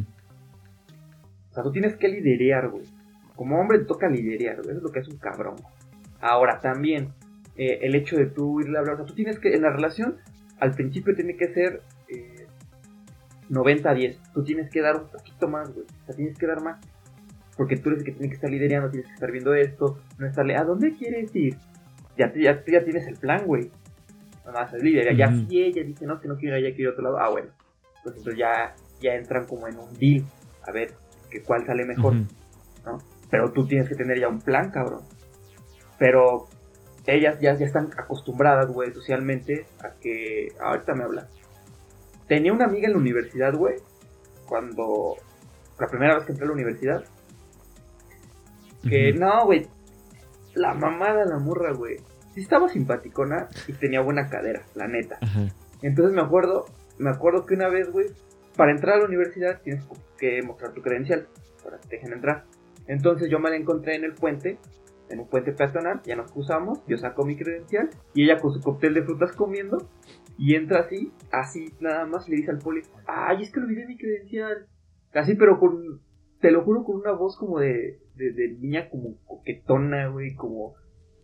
O sea, tú tienes que liderear, güey. Como hombre te toca liderear, güey. Eso es lo que es un cabrón. Ahora, también, el hecho de tú irle a hablar. O sea, tú tienes que, en la relación, al principio tiene que ser 90-10. Tú tienes que dar un poquito más, güey. O sea, tienes que dar más. Porque tú eres el que tiene que estar liderando, tienes que estar viendo esto. No estarle, ¿a dónde quieres ir? Tú ya tienes el plan, güey. No vas a liderar. Ya si ella dice, no, que no quiero ir allá, quiero ir a otro lado. Bueno. Pues entonces ya entran como en un deal. A ver, que cuál sale mejor, ¿no? Pero tú tienes que tener ya un plan, cabrón. Pero ellas ya están acostumbradas, güey, socialmente a que... Ahorita me habla. Tenía una amiga en la universidad, güey, cuando... La primera vez que entré a la universidad. Que no, güey. La mamada, la morra, güey. Sí estaba simpaticona y tenía buena cadera, la neta. Entonces me acuerdo que una vez, güey, para entrar a la universidad tienes que mostrar tu credencial para que te dejen entrar. Entonces yo me la encontré en un puente peatonal, ya nos cruzamos, yo saco mi credencial y ella con su cóctel de frutas comiendo y entra así nada más y le dice al poli, ay, es que olvidé mi credencial. Así, pero te lo juro, con una voz como de niña como coquetona, güey, como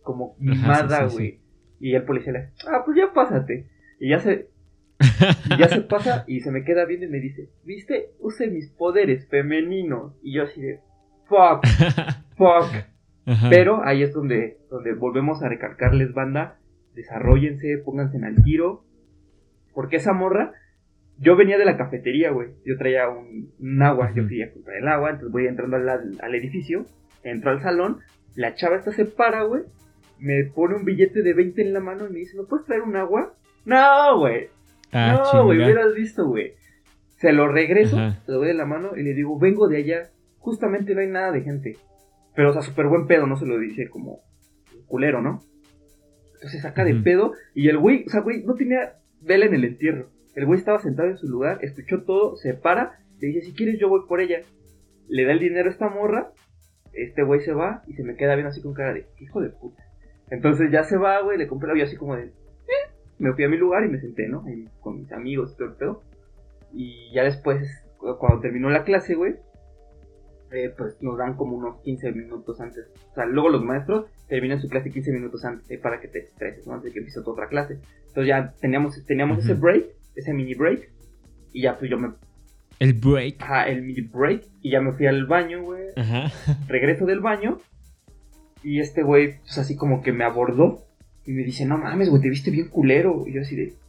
como Ajá, mimada, sí. güey. Y el policía le dice, pues ya pásate. Y ya se pasa y se me queda viendo y me dice, ¿viste? Use mis poderes femeninos. Y yo así de, fuck. Ajá. Pero ahí es donde volvemos a recalcarles, banda, desarróllense, pónganse en al tiro. Porque esa morra, yo venía de la cafetería, güey. Yo traía un agua, yo fui a comprar el agua, entonces voy entrando al edificio, entro al salón, la chava esta se para, güey, me pone un billete de 20 en la mano y me dice, ¿me puedes traer un agua? No, güey. No, güey, hubieras visto, güey. Se lo regreso, se lo doy en la mano y le digo, vengo de allá, justamente no hay nada de gente. Pero, o sea, súper buen pedo, no se lo dice como culero, ¿no? Entonces saca de pedo y el güey, o sea, güey, no tenía vela en el entierro. El güey estaba sentado en su lugar, escuchó todo, se para, le dice, si quieres yo voy por ella. Le da el dinero a esta morra, este güey se va y se me queda bien así con cara de, hijo de puta. Entonces ya se va, güey, le compré el avión así como de, me fui a mi lugar y me senté, ¿no? Ahí con mis amigos y todo el pedo. Y ya después, cuando terminó la clase, güey, pues nos dan como unos 15 minutos antes. O sea, luego los maestros terminan su clase 15 minutos antes, para que te estreses, ¿no? Antes de que empiece tu otra clase. Entonces ya teníamos ese break, ese mini break. Y ya pues yo me... El break. Ajá, el mini break. Y ya me fui al baño, güey. Ajá. Regreso del baño. Y este güey, pues así como que me abordó. Y me dice, no mames, güey, te viste bien culero. Y yo así de...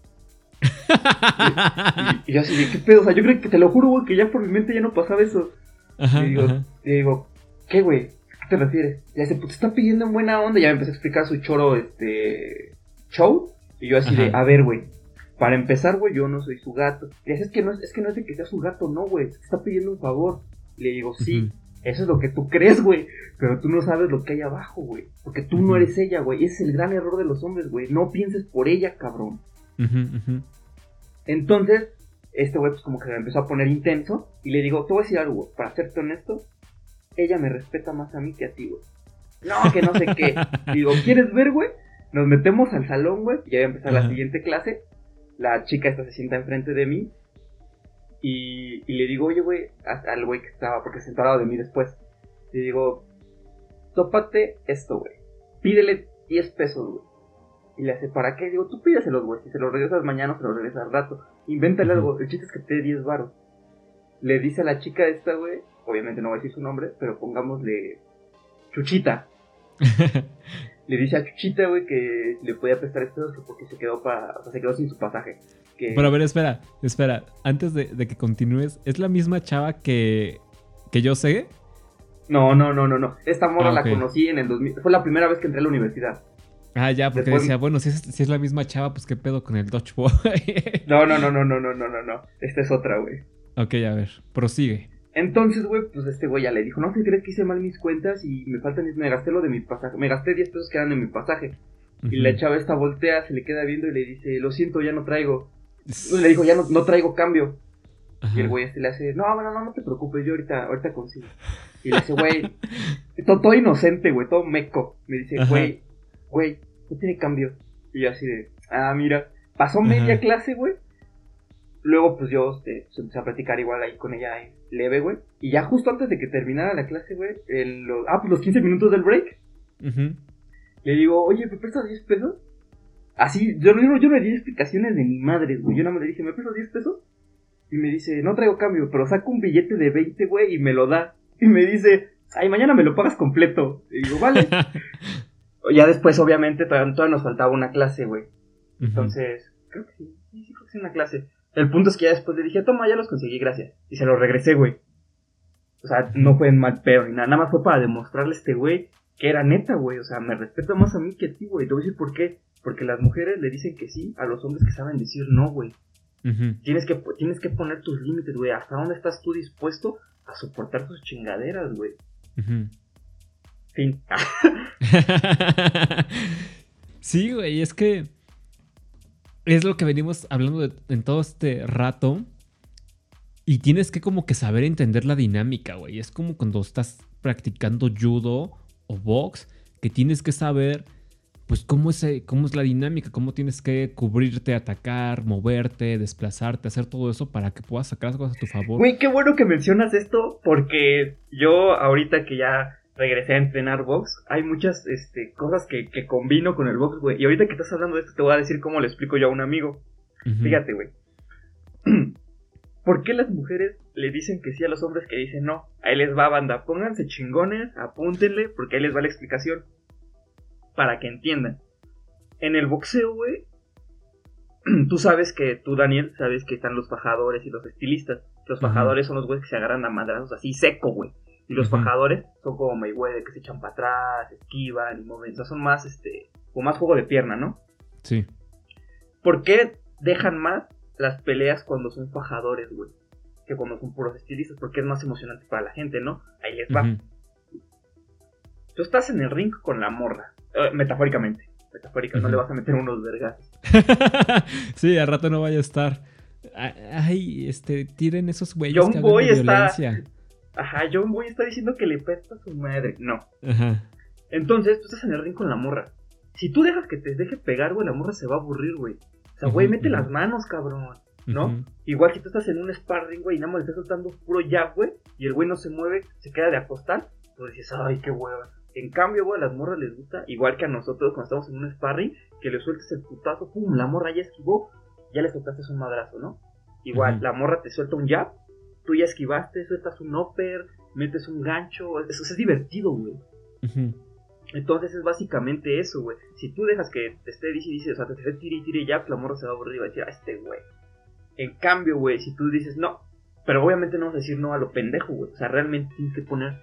y yo así de, ¿qué pedo? O sea, yo creo que te lo juro, güey, que ya por mi mente ya no pasaba eso. Ajá, y digo, ¿qué, güey? ¿A qué te refieres? Y dice, pues te está pidiendo en buena onda. Y ya me empezó a explicar su choro, show. Y yo así de, a ver, güey, para empezar, güey, yo no soy su gato. Y dice, es que no es de que sea su gato, no, güey, te está pidiendo un favor. Y le digo, sí, eso es lo que tú crees, güey, pero tú no sabes lo que hay abajo, güey. Porque tú no eres ella, güey. Ese es el gran error de los hombres, güey. No pienses por ella, cabrón. Entonces, este güey pues como que me empezó a poner intenso. Y le digo, te voy a decir algo, güey, para serte honesto, ella me respeta más a mí que a ti, güey. No, que no sé qué. Y digo, ¿quieres ver, güey? Nos metemos al salón, güey. Ya voy a empezar la siguiente clase. La chica esta se sienta enfrente de mí. Y le digo, oye, güey, al güey que estaba, porque se sentó al lado de mí después. Le digo, tópate esto, güey. Pídele 10 pesos, güey. Y le hace, ¿para qué? Digo, tú pídeselos, güey. Si se los regresas mañana, se los regresas al rato. Invéntale algo. El chiste es que te dé 10 varos. Le dice a la chica esta, güey. Obviamente no voy a decir su nombre, pero pongámosle Chuchita. Le dice a Chuchita, güey, que le podía prestar estos porque se quedó se quedó sin su pasaje. Pero a ver, espera. Antes de que continúes, ¿es la misma chava que yo sé? No. Esta morra la conocí en el 2000. Fue la primera vez que entré a la universidad. Ah, ya, porque después... decía, bueno, si es la misma chava, pues qué pedo con el Dodgeball. No. Esta es otra, güey. Ok, a ver, prosigue. Entonces, güey, pues este güey ya le dijo, no sé, ¿crees que hice mal mis cuentas? Y me gasté lo de mi pasaje. Me gasté 10 pesos que eran en mi pasaje. Y la chava esta voltea, se le queda viendo y le dice, lo siento, ya no traigo. Le dijo, ya no traigo cambio. Y el güey le hace, no te preocupes, yo ahorita consigo. Y le dice, güey, todo inocente, güey, todo meco. Me dice, güey, no tiene cambio. Y yo así de, mira. Pasó media clase, güey. Luego, pues yo empecé a platicar igual ahí con ella leve, güey. Y ya justo antes de que terminara la clase, güey, pues los 15 minutos del break. Le digo, oye, ¿me prestas 10 pesos? Así, yo no le di explicaciones de mi madre, güey. Yo nada más le dije, ¿me prestas 10 pesos? Y me dice, no traigo cambio, pero saco un billete de 20, güey, y me lo da. Y me dice, ay, mañana me lo pagas completo. Y digo, vale. Ya después, obviamente, todavía nos faltaba una clase, güey. Entonces, creo que sí, creo que sí una clase. El punto es que ya después le dije, toma, ya los conseguí, gracias. Y se los regresé, güey. O sea, no fue en mal pedo ni nada. Nada más fue para demostrarle a este güey que era neta, güey. O sea, me respeta más a mí que a ti, güey. Te voy a decir por qué. Porque las mujeres le dicen que sí a los hombres que saben decir no, güey. Tienes que poner tus límites, güey. ¿Hasta dónde estás tú dispuesto a soportar tus chingaderas, güey? Fin. Sí, güey, es que es lo que venimos hablando en todo este rato. Y tienes que como que saber entender la dinámica, güey. Es como cuando estás practicando judo o box, que tienes que saber, pues, cómo es la dinámica, cómo tienes que cubrirte, atacar, moverte, desplazarte, hacer todo eso para que puedas sacar las cosas a tu favor. Güey, qué bueno que mencionas esto, porque yo ahorita que ya regresé a entrenar box, hay muchas cosas que combino con el box, güey. Y ahorita que estás hablando de esto, te voy a decir cómo le explico yo a un amigo. Fíjate, güey. ¿Por qué las mujeres le dicen que sí a los hombres que dicen no? Ahí les va, banda. Pónganse chingones, apúntenle, porque ahí les va la explicación. Para que entiendan. En el boxeo, güey, tú, Daniel, sabes que están los fajadores y los estilistas. Los fajadores son los güeyes que se agarran a madrazos así seco, güey. Y los fajadores son como Mayweather, que se echan para atrás, esquivan y mueven. O sea, son más, como más juego de pierna, ¿no? Sí. ¿Por qué dejan más las peleas cuando son fajadores, güey? Que cuando son puros estilistas, porque es más emocionante para la gente, ¿no? Ahí les va. Tú estás en el ring con la morra, metafóricamente, no le vas a meter unos vergas. Sí, al rato no vaya a estar. Ay, tiren esos güeyes John que hablan Boy de violencia. John Boy está diciendo que le pesta a su madre. No. Ajá. Entonces, tú estás en el ring con la morra. Si tú dejas que te deje pegar, güey, la morra se va a aburrir, güey. O sea, güey, mete las manos, cabrón, ¿no? Igual si tú estás en un sparring, güey, y nada más le estás soltando puro jab, güey, y el güey no se mueve, se queda de acostar, pues dices, ay, qué hueva. En cambio, güey, a las morras les gusta, igual que a nosotros cuando estamos en un sparring, que le sueltes el putazo, pum, la morra ya esquivó, ya le soltaste un madrazo, ¿no? Igual, la morra te suelta un jab, tú ya esquivaste, sueltas un upper, metes un gancho, eso es divertido, güey. Entonces es básicamente eso, güey. Si tú dejas que te esté dice, o sea, te esté tire jab, la morra se va a aburrir y va a decir, güey. En cambio, güey, si tú dices no, pero obviamente no vas a decir no a lo pendejo, güey. O sea, realmente tienes que poner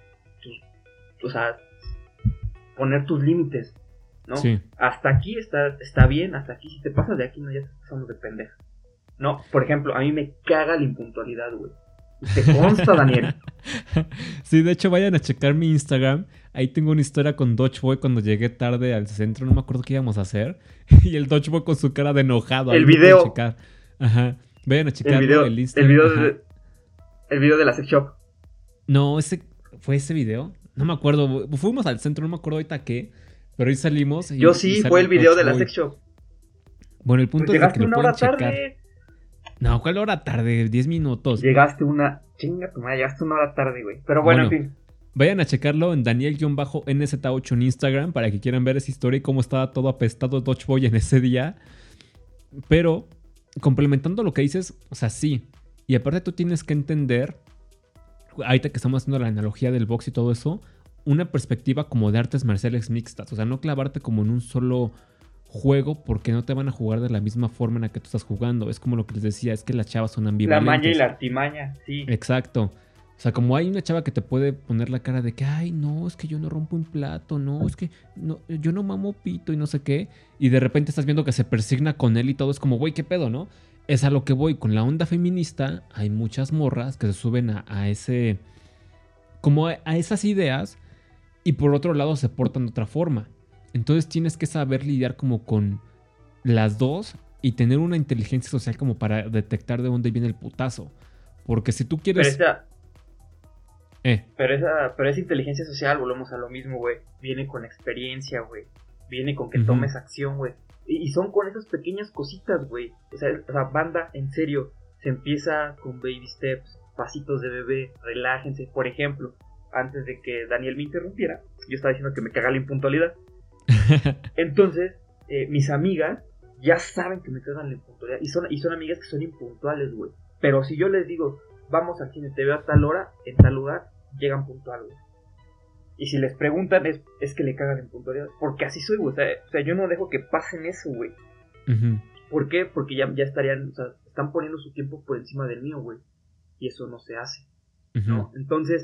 poner tus límites, ¿no? Sí. Hasta aquí está bien, hasta aquí, si te pasas de aquí, no, ya estás pasando de pendeja. No, por ejemplo, a mí me caga la impuntualidad, güey. ¿Te consta, Daniel? Sí, de hecho, vayan a checar mi Instagram. Ahí tengo una historia con Dodgeboy cuando llegué tarde al centro. No me acuerdo qué íbamos a hacer. Y el Dodgeboy con su cara de enojado. El video. Ajá. Vayan a checarlo el Instagram. El video de la sex shop. No, ¿fue ese video? No me acuerdo. Fuimos al centro, no me acuerdo ahorita qué. Pero ahí salimos. Yo sí, fue el video de la sex shop. Bueno, el punto es que lo pueden checar. Tarde. No, ¿cuál hora tarde? 10 minutos. Llegaste una hora tarde, güey. Pero bueno, en fin. Vayan a checarlo en Daniel-NZ8 en Instagram para que quieran ver esa historia y cómo estaba todo apestado Dodgeboy en ese día. Pero, complementando lo que dices, o sea, sí. Y aparte tú tienes que entender, ahorita que estamos haciendo la analogía del box y todo eso, una perspectiva como de artes marciales mixtas. O sea, no clavarte como en un solo juego porque no te van a jugar de la misma forma en la que tú estás jugando. Es como lo que les decía, es que las chavas son ambivalentes. La maña y la artimaña, sí. Exacto. O sea, como hay una chava que te puede poner la cara de que, ay, no, es que yo no rompo un plato, no, es que no, yo no mamo pito y no sé qué. Y de repente estás viendo que se persigna con él y todo es como, güey, ¿qué pedo, no? Es a lo que voy. Con la onda feminista hay muchas morras que se suben a ese... como a esas ideas y por otro lado se portan de otra forma. Entonces tienes que saber lidiar como con las dos y tener una inteligencia social como para detectar de dónde viene el putazo. Porque si tú quieres... Pero esa inteligencia social, volvemos a lo mismo, güey. Viene con experiencia, güey. Viene con que tomes acción, güey. Y son con esas pequeñas cositas, güey. O sea, banda, en serio, se empieza con baby steps, pasitos de bebé, relájense. Por ejemplo, antes de que Daniel me interrumpiera, yo estaba diciendo que me caga la impuntualidad. Entonces, mis amigas ya saben que me cagan la impuntualidad. Y son amigas que son impuntuales, güey. Pero si yo les digo, vamos al cine, te veo a tal hora, en tal lugar, llegan puntual, güey. Y si les preguntan, es que le cagan la impuntualidad. Porque así soy, güey. O sea, yo no dejo que pasen eso, güey. ¿Por qué? Porque ya estarían, o sea, están poniendo su tiempo por encima del mío, güey. Y eso no se hace, ¿no? Entonces,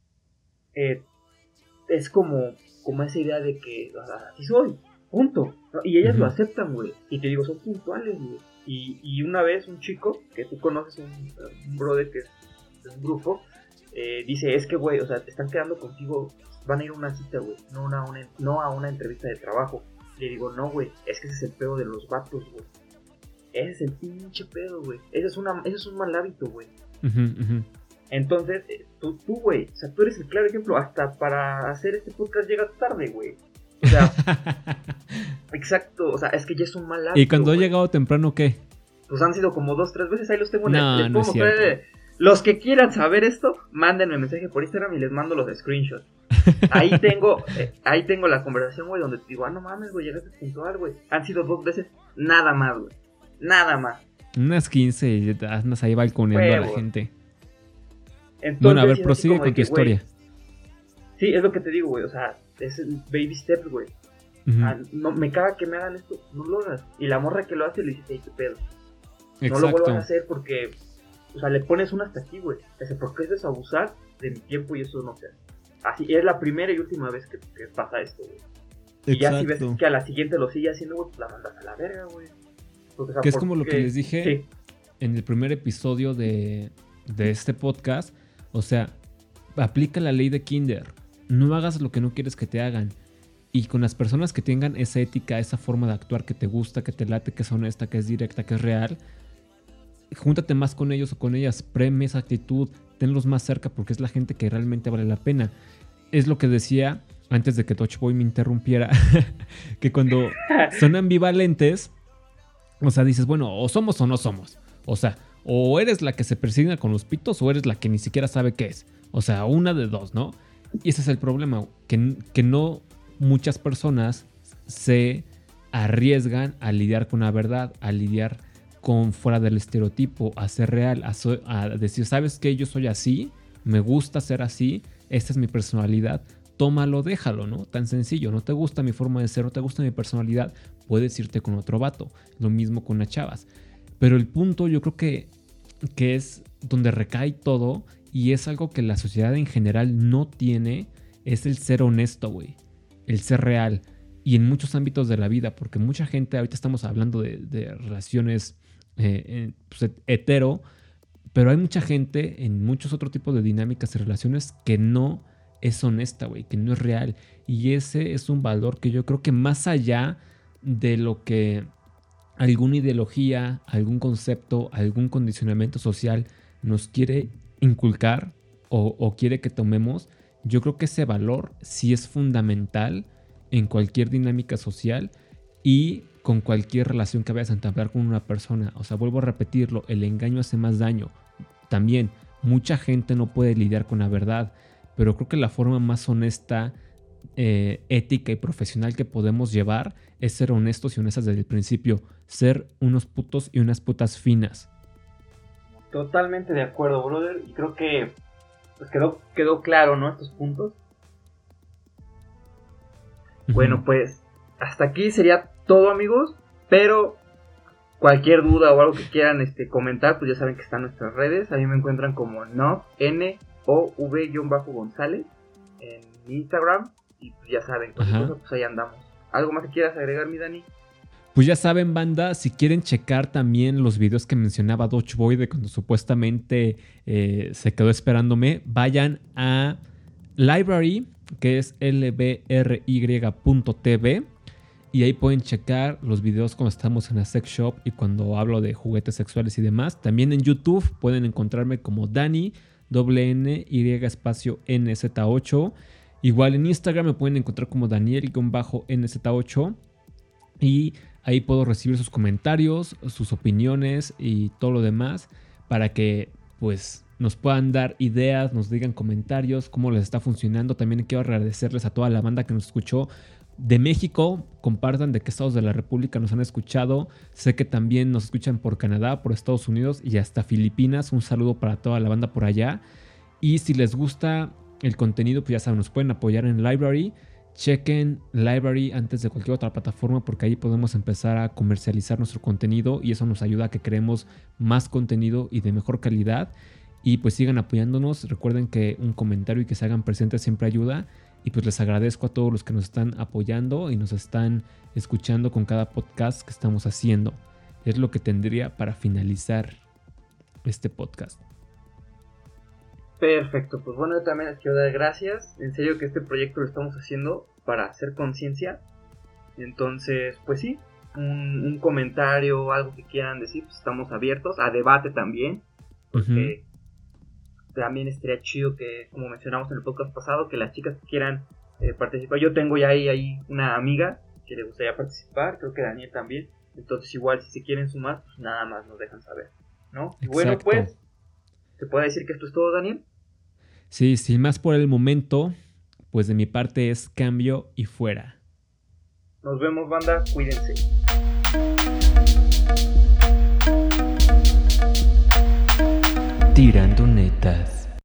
es como esa idea de que, o sea, así soy, punto, ¿no? Y ellas lo aceptan, güey. Y te digo, son puntuales, güey. Y una vez un chico que tú conoces, un brother que es de un grupo, dice, es que, güey, o sea, te están quedando contigo, van a ir a una cita, güey, no a una entrevista de trabajo. Le digo, no, güey, es que ese es el pedo de los vatos, güey. Ese es el pinche pedo, güey. Ese es un mal hábito, güey. Entonces, tú, güey, o sea, tú eres el claro ejemplo. Hasta para hacer este podcast llegas tarde, güey. O sea, exacto, o sea, es que ya es un mal hábito. ¿Y cuando he llegado temprano qué? Pues han sido como 2-3 veces, ahí los tengo en no es cierto. Los que quieran saber esto, mándenme mensaje por Instagram y les mando los screenshots. Ahí tengo la conversación, güey, donde te digo, no mames, güey, llegaste puntual, güey. Han sido 2 veces, nada más, güey. Nada más. Unas 15 y andas ahí balconeando a la Huevo. gente. Entonces, Bueno, a ver, es así prosigue como de con tu que, güey, historia. sí, es lo que te digo, güey, o sea, es el baby steps, güey. Ujú. No, me caga que me hagan esto, no lo hagas. Y la morra que lo hace le dice, hey, qué pedo. No lo vuelvas a hacer porque, o sea, le pones un hasta aquí, güey. O sea, porque eso es abusar de mi tiempo y eso no se hace. Así, es la primera y última vez que pasa esto, güey. Y ya si ves que a la siguiente lo sigue haciendo, güey, pues la mandas a la verga, güey. Porque, o sea, Que es como lo que les dije sí, en el primer episodio de este podcast. O sea, aplica la ley de Kinder. No hagas lo que no quieres que te hagan. Y con las personas que tengan esa ética, esa forma de actuar que te gusta, que te late, que es honesta, que es directa, que es real, júntate más con ellos o con ellas, premia esa actitud, tenlos más cerca porque es la gente que realmente vale la pena. Es lo que decía antes de que Touchboy me interrumpiera, que cuando son ambivalentes, o sea, dices, bueno, o somos o no somos. O sea, o eres la que se persigna con los pitos o eres la que ni siquiera sabe qué es. O sea, una de dos, ¿no? Y ese es el problema, que no muchas personas se arriesgan a lidiar con la verdad, a lidiar con fuera del estereotipo, a ser real, a decir, ¿sabes qué? Yo soy así, me gusta ser así, esta es mi personalidad, tómalo, déjalo, ¿no? Tan sencillo, no te gusta mi forma de ser, no te gusta mi personalidad, puedes irte con otro vato, lo mismo con las chavas. Pero el punto yo creo que es donde recae todo y es algo que la sociedad en general no tiene, es el ser honesto, güey, el ser real. Y en muchos ámbitos de la vida, porque mucha gente, ahorita estamos hablando de relaciones pues, hetero, pero hay mucha gente en muchos otros tipos de dinámicas y relaciones que no es honesta, güey, que no es real. Y ese es un valor que yo creo que más allá de lo que alguna ideología, algún concepto, algún condicionamiento social nos quiere inculcar o quiere que tomemos, yo creo que ese valor sí es fundamental en cualquier dinámica social y con cualquier relación que vayas a entablar con una persona. O sea, vuelvo a repetirlo, el engaño hace más daño. También, mucha gente no puede lidiar con la verdad, pero creo que la forma más honesta, ética y profesional que podemos llevar es ser honestos y honestas desde el principio, ser unos putos y unas putas finas. totalmente de acuerdo, brother. Y creo que pues quedó claro, ¿no? Estos puntos. Bueno, pues hasta aquí sería todo, amigos. Pero cualquier duda o algo que quieran comentar, pues ya saben que están nuestras redes. A mí me encuentran como NOV-González en Instagram. Y pues ya saben, cualquier cosa, pues ahí andamos. ¿Algo más que quieras agregar, mi Dani? Pues ya saben, banda, si quieren checar también los videos que mencionaba Dodgeboy de cuando supuestamente se quedó esperándome, vayan a Library, que es lbry.tv, y ahí pueden checar los videos cuando estamos en la sex shop y cuando hablo de juguetes sexuales y demás. También en YouTube pueden encontrarme como Dani, NZ8. Igual en Instagram me pueden encontrar como Daniel-NZ8 y ahí puedo recibir sus comentarios, sus opiniones y todo lo demás para que pues nos puedan dar ideas, nos digan comentarios, cómo les está funcionando. También quiero agradecerles a toda la banda que nos escuchó de México. Compartan de qué estados de la República nos han escuchado. Sé que también nos escuchan por Canadá, por Estados Unidos y hasta Filipinas. Un saludo para toda la banda por allá. Y si les gusta el contenido, pues ya saben, nos pueden apoyar en Library. Chequen Library antes de cualquier otra plataforma porque ahí podemos empezar a comercializar nuestro contenido y eso nos ayuda a que creemos más contenido y de mejor calidad. Y pues sigan apoyándonos. Recuerden que un comentario y que se hagan presentes siempre ayuda. Y pues les agradezco a todos los que nos están apoyando y nos están escuchando con cada podcast que estamos haciendo. Es lo que tendría para finalizar este podcast. Perfecto, pues bueno, yo también les quiero dar gracias. En serio que este proyecto lo estamos haciendo para hacer conciencia. Entonces, pues sí, un comentario, algo que quieran decir, pues estamos abiertos a debate también. Porque también estaría chido que, como mencionamos en el podcast pasado, que las chicas que quieran participar. Yo tengo ya ahí una amiga que le gustaría participar, creo que Daniel también. Entonces igual si se quieren sumar, pues nada más nos dejan saber, ¿no? Y bueno, pues, ¿se puede decir que esto es todo, Daniel? Sí, sin más por el momento, Pues de mi parte es cambio y fuera. Nos vemos, banda, cuídense. Tirando netas.